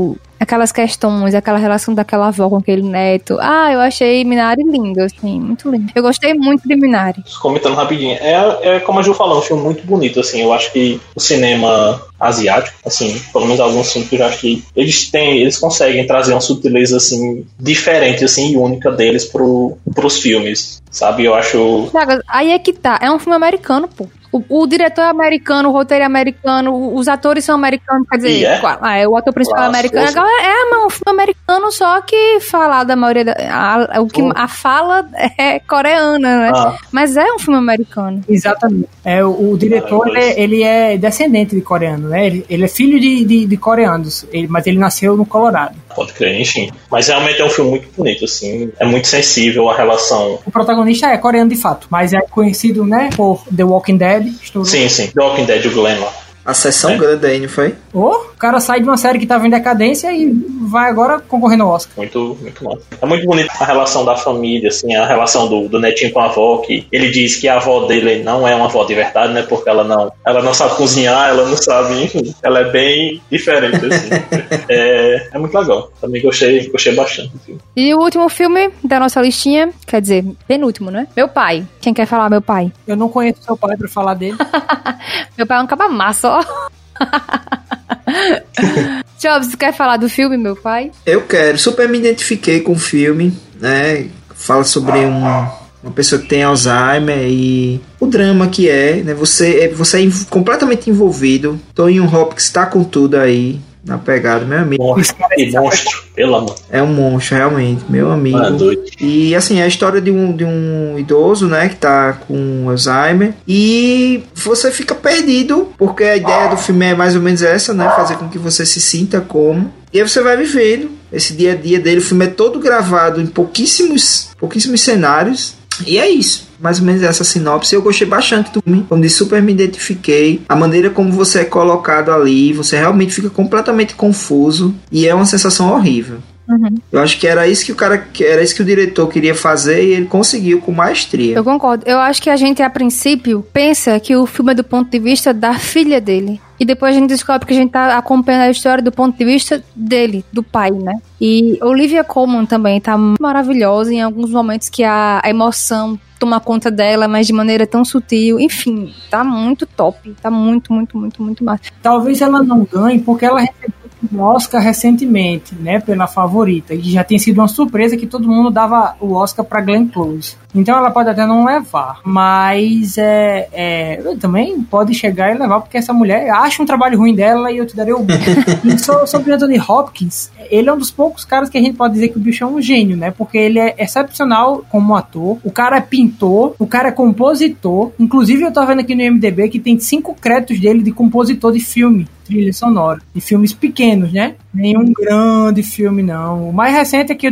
aquelas questões, aquela relação daquela avó com aquele neto. Eu achei Minari lindo, assim, muito lindo. Eu gostei muito de Minari. Comentando rapidinho, é como a Ju falou, um filme muito bonito, assim, eu acho que o cinema asiático, assim, pelo menos alguns filmes que eu já acho que eles conseguem trazer uma sutileza, assim, diferente, assim, e única deles pros filmes, sabe? Eu acho... Aí é que tá, é um filme americano, pô. O diretor é americano, o roteiro é americano, os atores são americanos, quer dizer, o ator principal é americano. Agora um filme americano, só que falar da maioria a fala é coreana, né? Mas é um filme americano. Exatamente. O diretor, ele é descendente de coreano, né? Ele é filho de coreanos, mas ele nasceu no Colorado. Pode crer, enfim. Mas realmente é um filme muito bonito, assim. É muito sensível a relação. O protagonista é coreano de fato, mas é conhecido, né, por The Walking Dead. Sim. The Walking Dead, o Glenn lá. A sessão grande aí, não foi? O cara sai de uma série que tava em decadência e vai agora concorrer no Oscar. Muito, muito bom. É muito bonito a relação da família, assim, a relação do netinho com a avó, que ele diz que a avó dele não é uma avó de verdade, né? Porque ela não sabe cozinhar, ela não sabe, enfim, ela é bem diferente, assim. É muito legal. Também gostei bastante. Assim. E o último filme da nossa listinha, quer dizer, penúltimo, né? Meu Pai. Quem quer falar Meu Pai? Eu não conheço seu pai pra falar dele. Meu pai é um cabamaço, ó. Jobs, você quer falar do filme, Meu Pai? Eu quero. Super me identifiquei com o filme, né? Fala sobre uma pessoa que tem Alzheimer e o drama que é, né? Você é completamente envolvido. Tony Hopkins tá com tudo aí na pegada, meu amigo. Monstro, pelo amor. É um monstro, realmente, meu amigo. E assim, é a história de um idoso, né, que tá com Alzheimer. E você fica perdido, porque a ideia do filme é mais ou menos essa, né? Fazer com que você se sinta como. E aí você vai vivendo esse dia a dia dele. O filme é todo gravado em pouquíssimos cenários. E é isso, mais ou menos essa sinopse. Eu gostei bastante do filme, como disse, super me identifiquei. A maneira como você é colocado ali, você realmente fica completamente confuso e é uma sensação horrível. Eu acho que era isso que o diretor queria fazer e ele conseguiu com maestria. Eu concordo. Eu acho que a gente, a princípio, pensa que o filme é do ponto de vista da filha dele. E depois a gente descobre que a gente tá acompanhando a história do ponto de vista dele, do pai, né? E Olivia Colman também tá maravilhosa em alguns momentos que a emoção toma conta dela, mas de maneira tão sutil. Enfim, tá muito top. Tá muito, muito, muito, muito massa. Talvez ela não ganhe porque ela recebeu um Oscar recentemente, né, pela Favorita, e já tem sido uma surpresa que todo mundo dava o Oscar pra Glenn Close. Então ela pode até não levar, mas também pode chegar e levar, porque essa mulher acha um trabalho ruim dela e eu te darei o E sobre o Anthony Hopkins, ele é um dos poucos caras que a gente pode dizer que o bicho é um gênio, né, porque ele é excepcional como ator, o cara é pintor, o cara é compositor, inclusive eu tô vendo aqui no IMDb que tem 5 créditos dele de compositor de filme, trilha sonora, de filmes pequenos, né? Nenhum grande filme, não. O mais recente é que é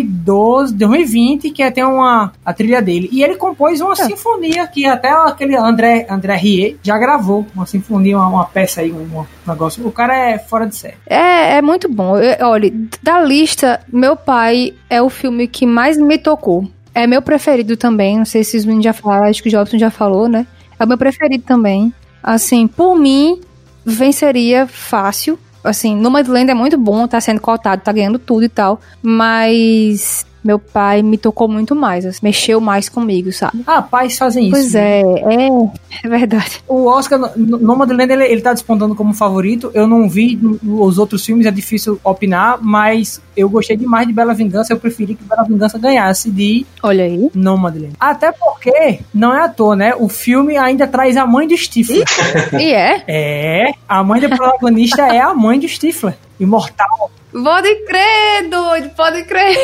2020, que tem a trilha dele. E ele compôs uma sinfonia, que até aquele André Rieu já gravou uma sinfonia, uma peça aí, um negócio. O cara é fora de série. É muito bom. Olha, da lista, Meu Pai é o filme que mais me tocou. É meu preferido também, não sei se os meninos já falaram, acho que o Jobson já falou, né? É o meu preferido também. Assim, por mim, venceria fácil. Assim, Nomadland é muito bom, tá sendo cotado, tá ganhando tudo e tal, mas Meu Pai me tocou muito mais, assim, mexeu mais comigo, sabe? Pais fazem isso. Pois é verdade. O Oscar, Nomadland, ele tá despontando como favorito. Eu não vi os outros filmes, é difícil opinar, mas eu gostei demais de Bela Vingança. Eu preferi que Bela Vingança ganhasse de Olha aí. Nomadland. Até porque, não é à toa, né? O filme ainda traz a mãe do Stifler. E é? É, a mãe do protagonista é a mãe do Stifler, imortal. Pode crer, doido, pode crer.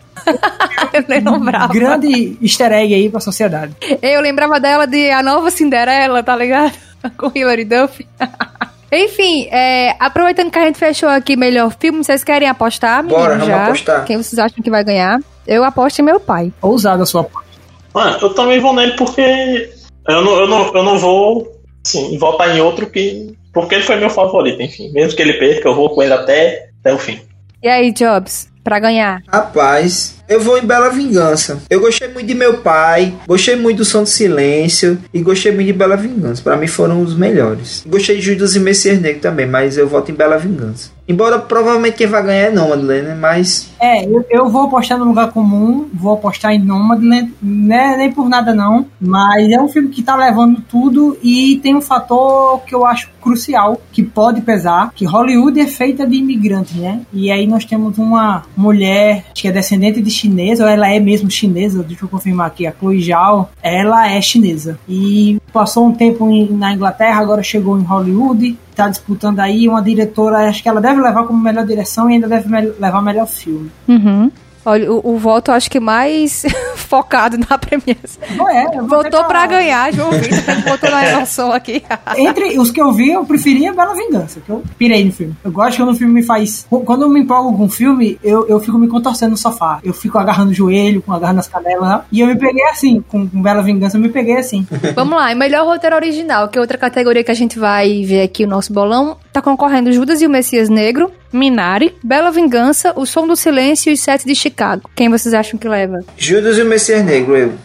Eu nem lembrava. Grande easter egg aí pra sociedade. Eu lembrava dela de A Nova Cinderela, tá ligado? Com Hilary Duff. Enfim, aproveitando que a gente fechou aqui melhor filme, vocês querem apostar? Bora, vamos apostar. Quem vocês acham que vai ganhar? Eu aposto em Meu Pai. Ousada a sua aposta. Mano, eu também vou nele porque eu não vou assim, votar em outro porque ele foi meu favorito, enfim. Mesmo que ele perca, eu vou com ele até o fim. E aí, Jobs? Pra ganhar? Rapaz, Eu vou em Bela Vingança. Eu gostei muito de Meu Pai, gostei muito do Som do Silêncio e gostei muito de Bela Vingança. Pra mim foram os melhores. Gostei de Judas e Messias Negro também, mas eu voto em Bela Vingança. Embora provavelmente quem vai ganhar é Nomadland, né? Mas... eu vou apostar no Lugar Comum, vou apostar em Nomadland, né? Nem por nada não, mas é um filme que tá levando tudo e tem um fator que eu acho crucial, que pode pesar, que Hollywood é feita de imigrantes, né? E aí nós temos uma mulher que é descendente de chinesa, ou ela é mesmo chinesa, deixa eu confirmar aqui, a Chloe Zhao, ela é chinesa. E passou um tempo na Inglaterra, agora chegou em Hollywood, tá disputando aí uma diretora, acho que ela deve levar como melhor direção e ainda deve levar melhor filme. Uhum. Olha, o voto acho que mais focado na premiação. Votou pra ganhar, João Vitor, votou na emoção aqui. Entre os que eu vi, eu preferia Bela Vingança, que eu pirei no filme. Eu gosto quando o filme me faz... Quando eu me empolgo com um filme, eu fico me contorcendo no sofá. Eu fico agarrando o joelho, agarrando as canelas, né? E eu me peguei assim, com Bela Vingança eu me peguei assim. Vamos lá, e melhor roteiro original, que é outra categoria que a gente vai ver aqui o nosso bolão, tá concorrendo Judas e o Messias Negro, Minari, Bela Vingança, O Som do Silêncio e Os Sete de Chicago. Quem vocês acham que leva? Judas e o Messias Negro, eu.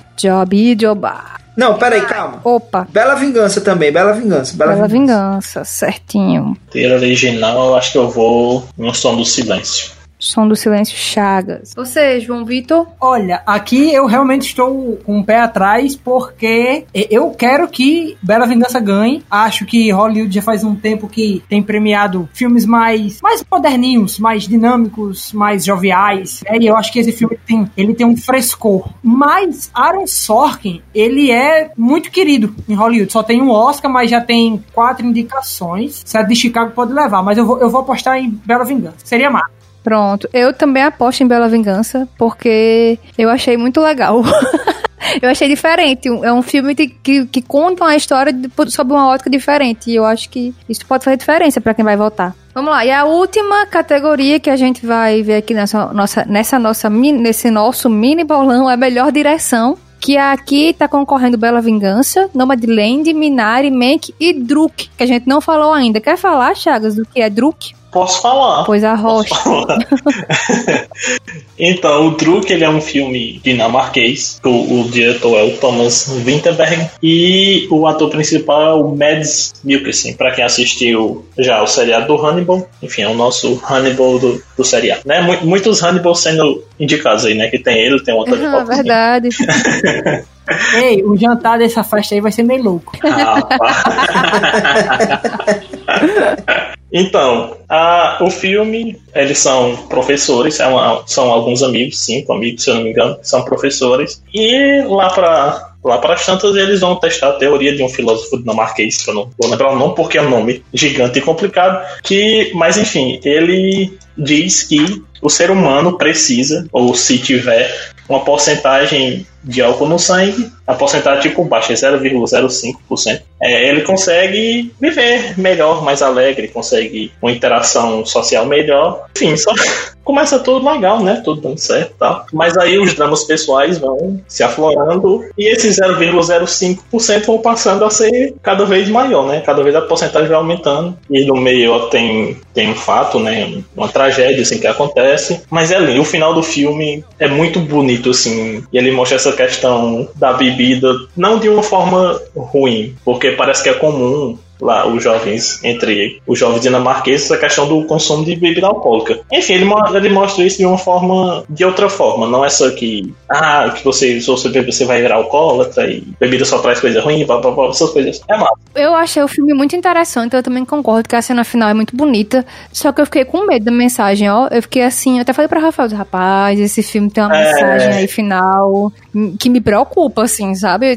Jobá. Não, peraí, calma. Opa. Bela Vingança também, Bela Vingança. Bela Vingança, certinho. Roteiro original, eu acho que eu vou no Som do Silêncio. Som do Silêncio, Chagas. Você, João Vitor? Olha, aqui eu realmente estou com o pé atrás porque eu quero que Bela Vingança ganhe. Acho que Hollywood já faz um tempo que tem premiado filmes mais moderninhos, mais dinâmicos, mais joviais. E eu acho que esse filme tem um frescor. Mas Aaron Sorkin, ele é muito querido em Hollywood. Só tem um Oscar, mas já tem 4 indicações. Sete de Chicago pode levar, mas eu vou apostar em Bela Vingança. Seria massa. Pronto, eu também aposto em Bela Vingança, porque eu achei muito legal. Eu achei diferente, é um filme que conta uma história sob uma ótica diferente, e eu acho que isso pode fazer diferença para quem vai votar. Vamos lá, e a última categoria que a gente vai ver aqui nesse nosso mini bolão é melhor direção, que aqui tá concorrendo Bela Vingança, Nomadland, Minari, Mank e Druk, que a gente não falou ainda. Quer falar, Chagas, do que é Druk? Posso falar. Pois arrocha. Então, o Druk, ele é um filme dinamarquês. O diretor é o Thomas Vinterberg. E o ator principal é o Mads Mikkelsen. Pra quem assistiu já o seriado do Hannibal. Enfim, é o nosso Hannibal do seriado. Né? Muitos Hannibal sendo indicados aí, né? Que tem ele, tem outro. Verdade. Ei, o jantar dessa festa aí vai ser meio louco. Então, o filme, eles são professores, são alguns amigos, 5 amigos, se eu não me engano, são professores, e lá para as tantas eles vão testar a teoria de um filósofo dinamarquês, que eu não vou lembrar o nome porque é um nome gigante e complicado, mas enfim, ele diz que o ser humano precisa, ou se tiver uma porcentagem de álcool no sangue, a porcentagem tipo baixa, é 0,05%, ele consegue viver melhor, mais alegre, consegue uma interação social melhor. Enfim, só começa tudo legal, né? Tudo dando certo e tal. Mas aí os dramas pessoais vão se aflorando e esses 0,05% vão passando a ser cada vez maior, né? Cada vez a porcentagem vai aumentando. E no meio tem um fato, né? Uma tragédia assim que acontece. Mas é lindo. O final do filme é muito bonito, assim. E ele mostra essa questão da bebida, não de uma forma ruim, porque parece que é comum lá entre os jovens dinamarqueses, a questão do consumo de bebida alcoólica. Enfim, ele mostra isso de outra forma. Não é só que se você beber, você vai virar alcoólatra e bebida só traz coisa ruim, essas coisas. É massa. Eu achei o filme muito interessante, eu também concordo que a cena final é muito bonita, só que eu fiquei com medo da mensagem, ó. Eu fiquei assim, eu até falei pra Rafael, rapaz, esse filme tem uma mensagem aí final que me preocupa, assim, sabe?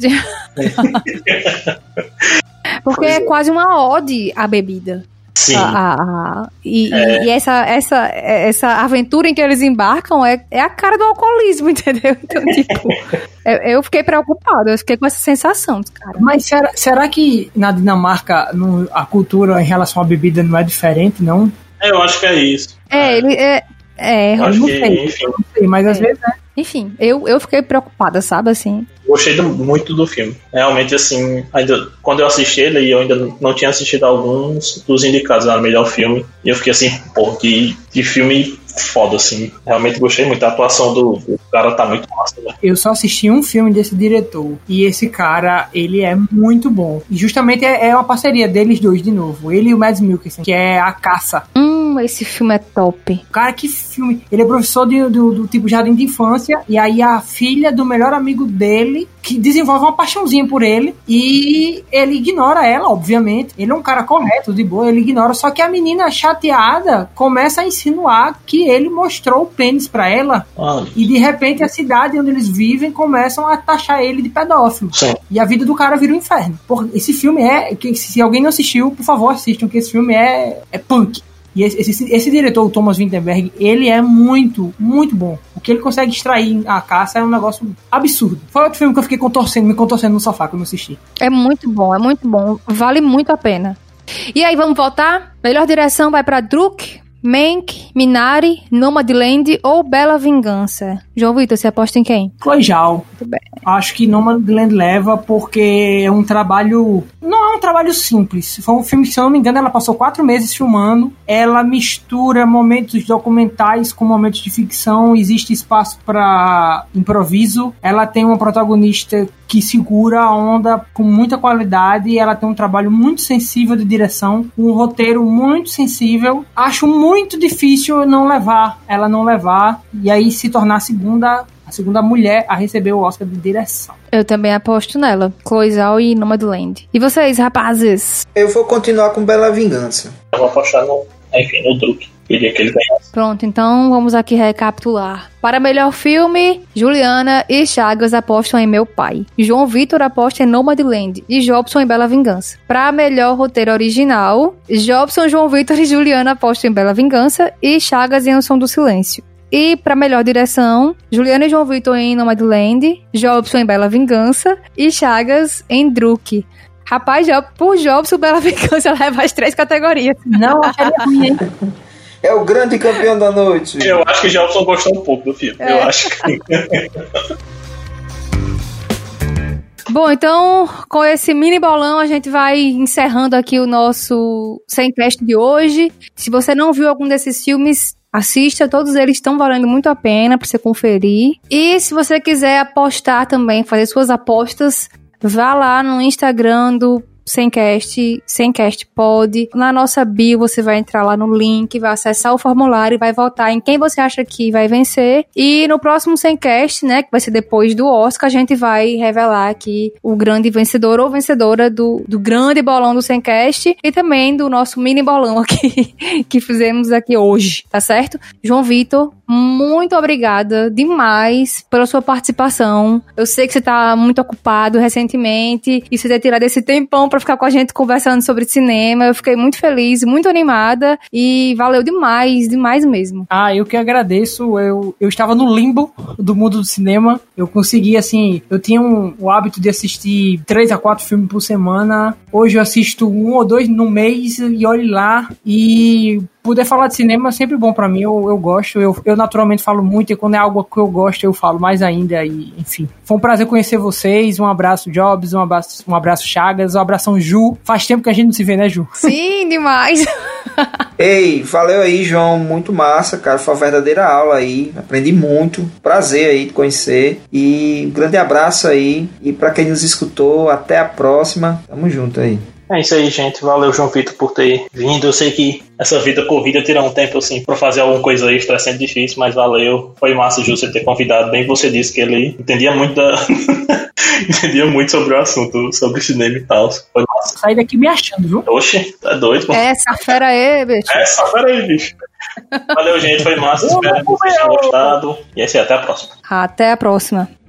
Porque é quase uma ode à bebida. Sim. E essa aventura em que eles embarcam é a cara do alcoolismo, entendeu? Então, tipo, eu fiquei preocupada, eu fiquei com essa sensação, cara. Mas será que na Dinamarca a cultura em relação à bebida não é diferente, não? Eu acho que é isso. Eu não sei, mas às vezes é. Enfim, eu fiquei preocupada, sabe, assim. Gostei muito do filme. Realmente, assim, quando eu assisti ele, eu ainda não tinha assistido alguns dos indicados ao melhor filme. E eu fiquei assim, que filme foda, assim. Realmente gostei muito. A atuação do cara tá muito massa, né? Eu só assisti um filme desse diretor. E esse cara, ele é muito bom. E justamente é uma parceria deles dois de novo. Ele e o Mads Mikkelsen, que é A Caça. Esse filme é top. Cara, que filme. Ele é professor do tipo jardim de infância. E aí a filha do melhor amigo dele, que desenvolve uma paixãozinha por ele. E ele ignora ela, obviamente. Ele é um cara correto, de boa, ele ignora. Só que a menina chateada começa a insinuar que ele mostrou o pênis pra ela. E de repente a cidade onde eles vivem começam a taxar ele de pedófilo. Sim. E a vida do cara vira um inferno. Porra, esse filme se alguém não assistiu, por favor assistam, que esse filme é punk. E esse diretor, o Thomas Vinterberg, ele é muito, muito bom. O que ele consegue extrair A Caça é um negócio absurdo. Foi outro filme que eu fiquei me contorcendo no sofá quando eu assisti. É muito bom. Vale muito a pena. E aí, vamos votar? Melhor direção vai pra Druk, Mank, Minari, Nomadland ou Bela Vingança? João Vitor, você aposta em quem? Chloe Zhao. Muito bem. Acho que Nomadland leva porque é um trabalho... Não é um trabalho simples. Foi um filme que, se eu não me engano, ela passou 4 meses filmando. Ela mistura momentos documentais com momentos de ficção. Existe espaço para improviso. Ela tem uma protagonista que segura a onda com muita qualidade. Ela tem um trabalho muito sensível de direção. Um roteiro muito sensível. Acho muito difícil ela não levar. E aí se tornar a segunda mulher a receber o Oscar de direção. Eu também aposto nela. Chloe Zhao e Nomadland. E vocês, rapazes? Eu vou continuar com Bela Vingança. Eu vou apostar no Druk. Queria que ele ganhasse. Pronto, então vamos aqui recapitular. Para melhor filme, Juliana e Chagas apostam em Meu Pai. João Vitor aposta em Nomadland e Jobson em Bela Vingança. Para melhor roteiro original, Jobson, João Vitor e Juliana apostam em Bela Vingança e Chagas em O Som do Silêncio. E para melhor direção, Juliana e João Vitor em Nomadland, Jobson em Bela Vingança e Chagas em Druk. Rapaz, por Jobson, Bela Vingança leva as 3 categorias. Não, acharia ruim, hein? É o grande campeão da noite. Eu acho que Jobson gostou um pouco do filme. Eu acho que... Bom, então, com esse mini bolão, a gente vai encerrando aqui o nosso Semcast de hoje. Se você não viu algum desses filmes, assista, todos eles estão valendo muito a pena para você conferir. E se você quiser apostar também, fazer suas apostas, vá lá no Instagram do Semcast Pod. Na nossa bio você vai entrar lá no link, vai acessar o formulário e vai votar em quem você acha que vai vencer. E no próximo Semcast, né, que vai ser depois do Oscar, a gente vai revelar aqui o grande vencedor ou vencedora do grande bolão do Semcast e também do nosso mini bolão aqui que fizemos aqui hoje, tá certo? João Vitor, muito obrigada demais pela sua participação. Eu sei que você tá muito ocupado recentemente e você ter tirado esse tempão pra ficar com a gente conversando sobre cinema. Eu fiquei muito feliz, muito animada e valeu demais, demais mesmo. Eu que agradeço. Eu estava no limbo do mundo do cinema. Eu consegui, assim, eu tinha o hábito de assistir 3 a 4 filmes por semana. Hoje eu assisto 1 ou 2 no mês e olhe lá. E poder falar de cinema é sempre bom pra mim, eu gosto, eu naturalmente falo muito e quando é algo que eu gosto eu falo mais ainda e enfim. Foi um prazer conhecer vocês, um abraço Jobs, um abraço Chagas, um abração Ju. Faz tempo que a gente não se vê, né, Ju? Sim, demais. Ei, valeu aí, João, muito massa, cara, foi uma verdadeira aula aí, aprendi muito, prazer aí de conhecer e um grande abraço aí e pra quem nos escutou, até a próxima, tamo junto aí. É isso aí, gente. Valeu, João Vitor, por ter vindo. Eu sei que essa vida corrida tira um tempo, assim, pra fazer alguma coisa extra é sempre difícil, mas valeu. Foi massa, Ju, você ter convidado. Bem, você disse que ele entendia muito entendia muito sobre o assunto, sobre cinema e tal. Foi massa. Saí daqui me achando, viu? Oxe, tá doido, pô. Essa fera aí, bicho. Essa fera aí, bicho. Valeu, gente. Foi massa. Espero que vocês tenham gostado. E é isso aí, até a próxima. Até a próxima.